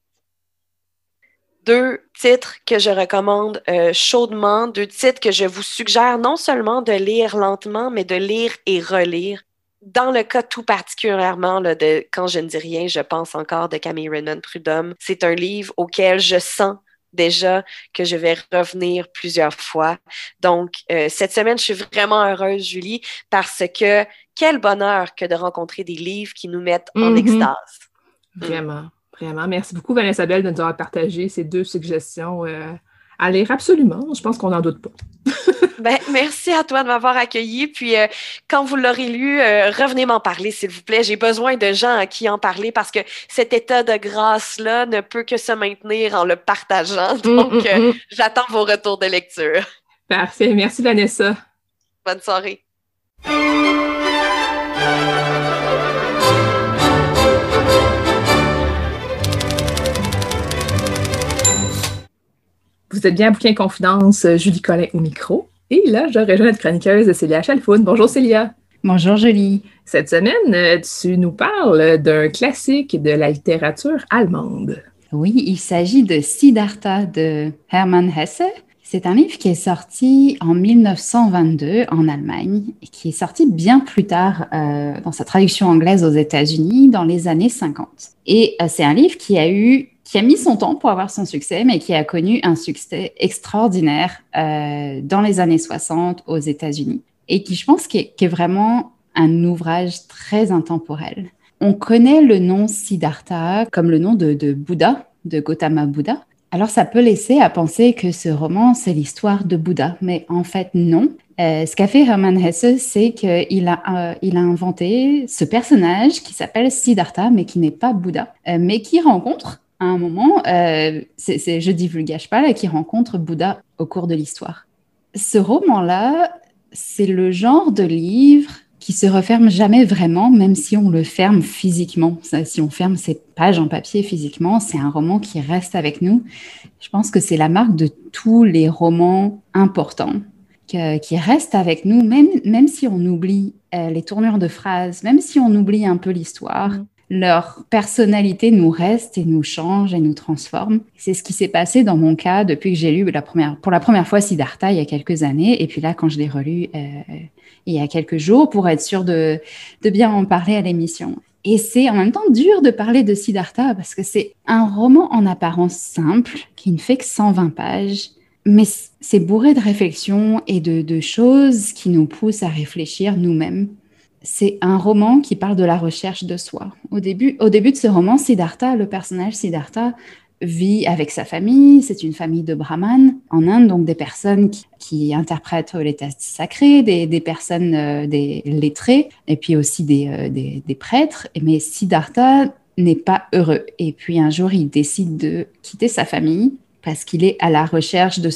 Speaker 6: 2 titres que je recommande chaudement, 2 titres que je vous suggère non seulement de lire lentement, mais de lire et relire. Dans le cas tout particulièrement là, de Quand je ne dis rien, je pense encore de Camille Raymond Prudhomme, c'est un livre auquel je sens déjà que je vais revenir plusieurs fois. Donc, cette semaine, je suis vraiment heureuse, Julie, parce que quel bonheur que de rencontrer des livres qui nous mettent en extase.
Speaker 2: Vraiment. Vraiment. Merci beaucoup, Vanessa Bell, de nous avoir partagé ces 2 suggestions à lire absolument. Je pense qu'on n'en doute pas.
Speaker 6: Merci à toi de m'avoir accueilli. Puis, quand vous l'aurez lu, revenez m'en parler, s'il vous plaît. J'ai besoin de gens à qui en parler parce que cet état de grâce-là ne peut que se maintenir en le partageant. Donc, j'attends vos retours de lecture.
Speaker 2: Parfait. Merci, Vanessa.
Speaker 6: Bonne soirée.
Speaker 2: Vous êtes bien à Bouquin Confidence, Julie Collin au micro. Et là, je rejoins notre chroniqueuse Célia Chalfoun. Bonjour Célia.
Speaker 7: Bonjour Julie.
Speaker 2: Cette semaine, tu nous parles d'un classique de la littérature allemande.
Speaker 7: Oui, il s'agit de Siddhartha de Hermann Hesse. C'est un livre qui est sorti en 1922 en Allemagne et qui est sorti bien plus tard dans sa traduction anglaise aux États-Unis dans les années 50. Et c'est un livre qui a mis son temps pour avoir son succès, mais qui a connu un succès extraordinaire dans les années 60 aux États-Unis et qui, je pense, qui est vraiment un ouvrage très intemporel. On connaît le nom Siddhartha comme le nom de Bouddha, de Gautama Bouddha. Alors, ça peut laisser à penser que ce roman, c'est l'histoire de Bouddha, mais en fait, non. Ce qu'a fait Hermann Hesse, c'est qu'il a inventé ce personnage qui s'appelle Siddhartha, mais qui n'est pas Bouddha, mais qui rencontre à un moment, je divulgage pas, là, qui rencontre Bouddha au cours de l'histoire. Ce roman-là, c'est le genre de livre qui se referme jamais vraiment, même si on le ferme physiquement. Si on ferme ces pages en papier physiquement, c'est un roman qui reste avec nous. Je pense que c'est la marque de tous les romans importants qui restent avec nous, même si on oublie les tournures de phrases, même si on oublie un peu l'histoire. Leur personnalité nous reste et nous change et nous transforme. C'est ce qui s'est passé dans mon cas depuis que j'ai lu pour la première fois Siddhartha il y a quelques années. Et puis là, quand je l'ai relu il y a quelques jours pour être sûre de bien en parler à l'émission. Et c'est en même temps dur de parler de Siddhartha parce que c'est un roman en apparence simple qui ne fait que 120 pages. Mais c'est bourré de réflexions et de choses qui nous poussent à réfléchir nous-mêmes. C'est un roman qui parle de la recherche de soi. Au début de ce roman, Siddhartha, le personnage Siddhartha, vit avec sa famille. C'est une famille de brahmanes en Inde, donc des personnes qui interprètent les textes sacrés, des personnes des lettrés, et puis aussi des prêtres. Mais Siddhartha n'est pas heureux. Et puis un jour, il décide de quitter sa famille parce qu'il est à la recherche de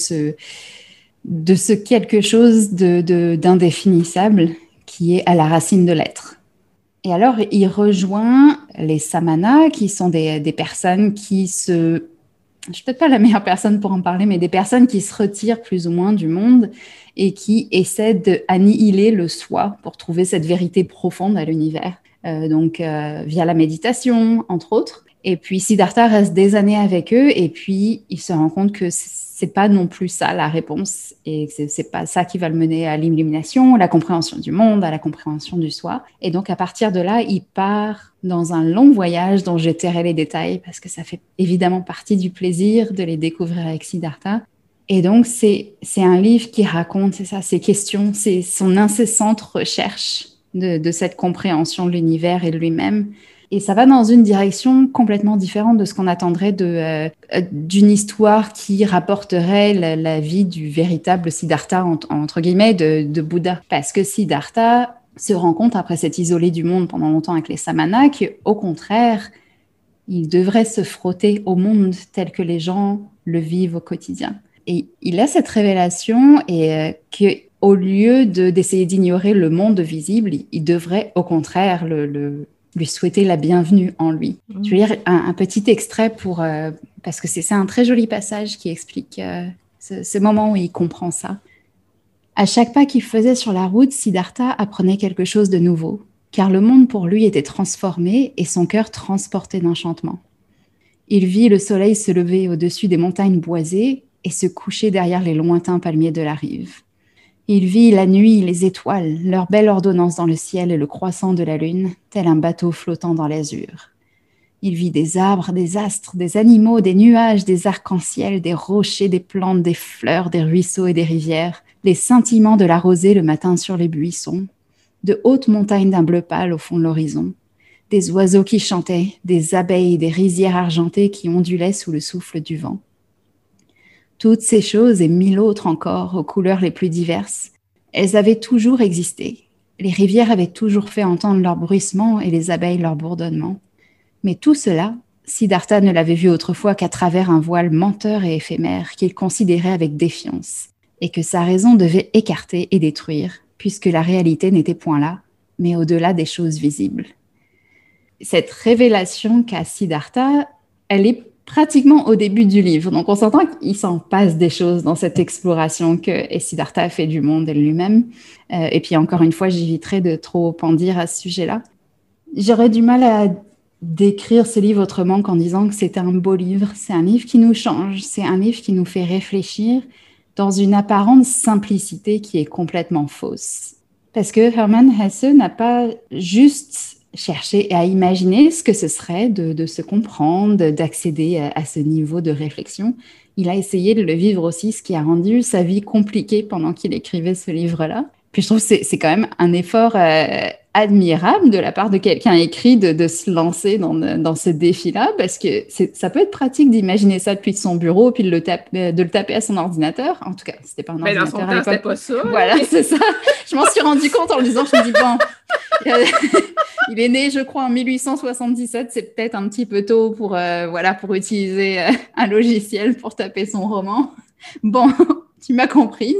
Speaker 7: ce quelque chose d'indéfinissable qui est à la racine de l'être. Et alors, il rejoint les samanas, qui sont des personnes qui je suis peut-être pas la meilleure personne pour en parler, mais des personnes qui se retirent plus ou moins du monde et qui essaient d'annihiler le soi pour trouver cette vérité profonde à l'univers. Donc, via la méditation, entre autres. Et puis Siddhartha reste des années avec eux et puis il se rend compte que c'est pas non plus ça la réponse et que c'est pas ça qui va le mener à l'illumination, à la compréhension du monde, à la compréhension du soi. Et donc à partir de là, il part dans un long voyage dont je tairai les détails parce que ça fait évidemment partie du plaisir de les découvrir avec Siddhartha. Et donc c'est un livre qui raconte, c'est ça, ses questions, c'est son incessante recherche de cette compréhension de l'univers et de lui-même. Et ça va dans une direction complètement différente de ce qu'on attendrait d'une histoire qui rapporterait la vie du véritable Siddhartha, entre guillemets, de Bouddha. Parce que Siddhartha se rend compte, après s'être isolé du monde pendant longtemps avec les samanas, qu'au contraire, il devrait se frotter au monde tel que les gens le vivent au quotidien. Et il a cette révélation et qu'au lieu d'essayer d'ignorer le monde visible, il devrait au contraire lui souhaiter la bienvenue en lui. Je vais lire un petit extrait parce que c'est un très joli passage qui explique ce moment où il comprend ça. À chaque pas qu'il faisait sur la route, Siddhartha apprenait quelque chose de nouveau, car le monde pour lui était transformé et son cœur transporté d'enchantement. Il vit le soleil se lever au-dessus des montagnes boisées et se coucher derrière les lointains palmiers de la rive. Il vit la nuit, les étoiles, leur belle ordonnance dans le ciel et le croissant de la lune, tel un bateau flottant dans l'azur. Il vit des arbres, des astres, des animaux, des nuages, des arcs-en-ciel, des rochers, des plantes, des fleurs, des ruisseaux et des rivières, les scintillements de la rosée le matin sur les buissons, de hautes montagnes d'un bleu pâle au fond de l'horizon, des oiseaux qui chantaient, des abeilles et des rizières argentées qui ondulaient sous le souffle du vent. Toutes ces choses et mille autres encore, aux couleurs les plus diverses, elles avaient toujours existé. Les rivières avaient toujours fait entendre leur bruissement et les abeilles leur bourdonnement. Mais tout cela, Siddhartha ne l'avait vu autrefois qu'à travers un voile menteur et éphémère qu'il considérait avec défiance, et que sa raison devait écarter et détruire, puisque la réalité n'était point là, mais au-delà des choses visibles. Cette révélation qu'a Siddhartha, elle est pratiquement au début du livre. Donc, on s'entend qu'il s'en passe des choses dans cette exploration que Siddhartha a fait du monde et de lui-même. Et puis, encore une fois, j'éviterai de trop en dire à ce sujet-là. J'aurais du mal à décrire ce livre autrement qu'en disant que c'est un beau livre. C'est un livre qui nous change. C'est un livre qui nous fait réfléchir dans une apparente simplicité qui est complètement fausse. Parce que Hermann Hesse n'a pas juste chercher à imaginer ce que ce serait de se comprendre, d'accéder à ce niveau de réflexion. Il a essayé de le vivre aussi, ce qui a rendu sa vie compliquée pendant qu'il écrivait ce livre-là. Puis je trouve que c'est quand même un effort admirable de la part de quelqu'un écrit de se lancer dans ce défi-là, parce que ça peut être pratique d'imaginer ça depuis son bureau, puis de le taper à son ordinateur. En tout cas, c'était pas un ordinateur
Speaker 2: dans son
Speaker 7: à
Speaker 2: temps,
Speaker 7: l'époque.
Speaker 2: c'était pas ça.
Speaker 7: Voilà, c'est ça. Je m'en suis rendu compte en le lisant, je me dis, bon, il est né, je crois, en 1877, c'est peut-être un petit peu tôt pour utiliser un logiciel pour taper son roman. Bon, tu m'as comprise.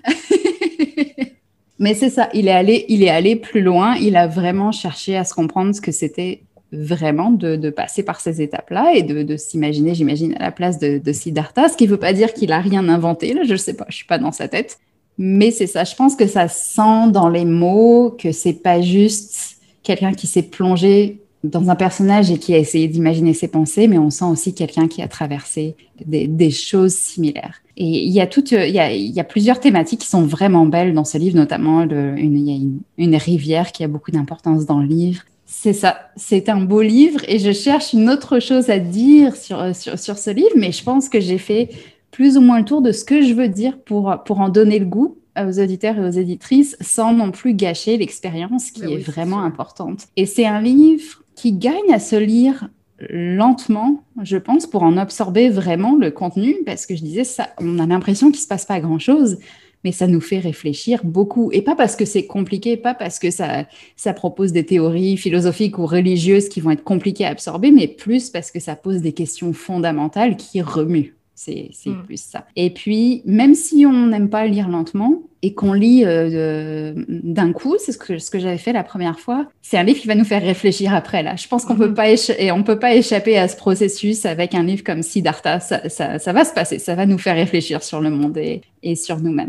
Speaker 7: Mais c'est ça, il est allé plus loin, il a vraiment cherché à se comprendre ce que c'était vraiment de passer par ces étapes-là et de s'imaginer, j'imagine, à la place de Siddhartha, ce qui ne veut pas dire qu'il n'a rien inventé, là, je ne sais pas, je ne suis pas dans sa tête. Mais c'est ça, je pense que ça sent dans les mots que ce n'est pas juste quelqu'un qui s'est plongé dans un personnage et qui a essayé d'imaginer ses pensées, mais on sent aussi quelqu'un qui a traversé des choses similaires. Et il y a plusieurs thématiques qui sont vraiment belles dans ce livre, notamment il y a une rivière qui a beaucoup d'importance dans le livre. C'est ça, c'est un beau livre et je cherche une autre chose à dire sur ce livre, mais je pense que j'ai fait plus ou moins le tour de ce que je veux dire pour en donner le goût aux auditeurs et aux éditrices sans non plus gâcher l'expérience qui est vraiment importante. Et c'est un livre qui gagne à se lire lentement, je pense, pour en absorber vraiment le contenu, parce que je disais, ça, on a l'impression qu'il ne se passe pas grand-chose, mais ça nous fait réfléchir beaucoup. Et pas parce que c'est compliqué, pas parce que ça propose des théories philosophiques ou religieuses qui vont être compliquées à absorber, mais plus parce que ça pose des questions fondamentales qui remuent. C'est plus ça. Et puis, même si on n'aime pas lire lentement et qu'on lit d'un coup, c'est ce que j'avais fait la première fois, c'est un livre qui va nous faire réfléchir après. Là, je pense qu'on peut pas échapper à ce processus avec un livre comme Siddhartha. Ça va se passer, ça va nous faire réfléchir sur le monde et sur nous-mêmes.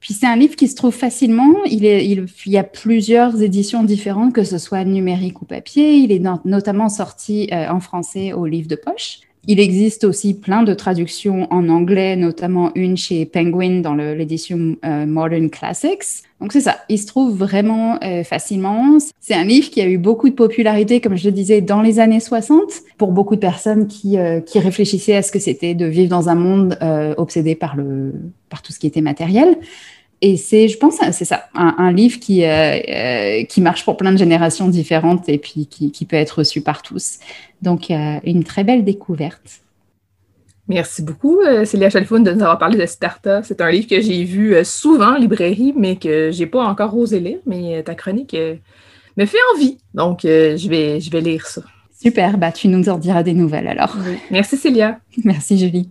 Speaker 7: Puis c'est un livre qui se trouve facilement. Il y a plusieurs éditions différentes, que ce soit numérique ou papier. Il est notamment sorti en français au livre de poche. Il existe aussi plein de traductions en anglais, notamment une chez Penguin dans l'édition Modern Classics. Donc c'est ça, il se trouve vraiment facilement. C'est un livre qui a eu beaucoup de popularité, comme je le disais, dans les années 60, pour beaucoup de personnes qui réfléchissaient à ce que c'était de vivre dans un monde obsédé par tout ce qui était matériel. Et je pense, c'est ça, un livre qui marche pour plein de générations différentes et puis qui peut être reçu par tous. Donc, une très belle découverte.
Speaker 2: Merci beaucoup, Célia Chalfoun, de nous avoir parlé de Siddhartha. C'est un livre que j'ai vu souvent en librairie, mais que je n'ai pas encore osé lire. Mais ta chronique me fait envie. Donc, je vais lire ça.
Speaker 7: Super, tu nous en diras des nouvelles alors.
Speaker 2: Oui. Merci, Célia.
Speaker 7: Merci, Julie.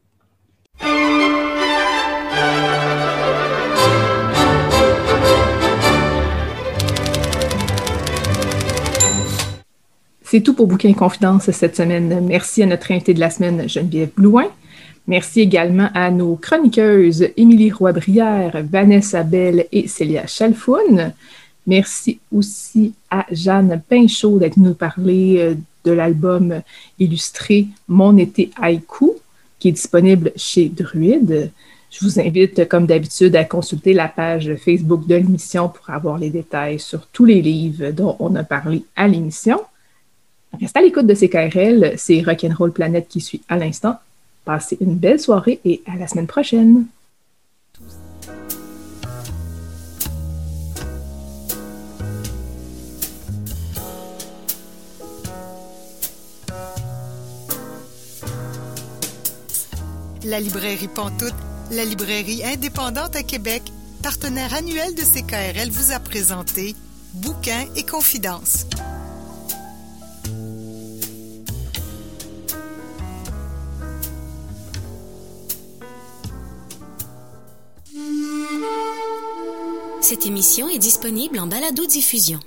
Speaker 2: C'est tout pour Bouquin Confidence cette semaine. Merci à notre invitée de la semaine, Geneviève Blouin. Merci également à nos chroniqueuses Émilie Roy-Brière, Vanessa Bell et Célia Chalfoun. Merci aussi à Jeanne Pinchot d'être nous parler de l'album illustré Mon été haïku, qui est disponible chez Druide. Je vous invite, comme d'habitude, à consulter la page Facebook de l'émission pour avoir les détails sur tous les livres dont on a parlé à l'émission. Restez à l'écoute de CKRL, c'est Rock'n'Roll Planète qui suit à l'instant. Passez une belle soirée et à la semaine prochaine.
Speaker 1: La librairie Pantoute, la librairie indépendante à Québec, partenaire annuel de CKRL, vous a présenté Bouquins et Confidences.
Speaker 8: Cette émission est disponible en balado-diffusion.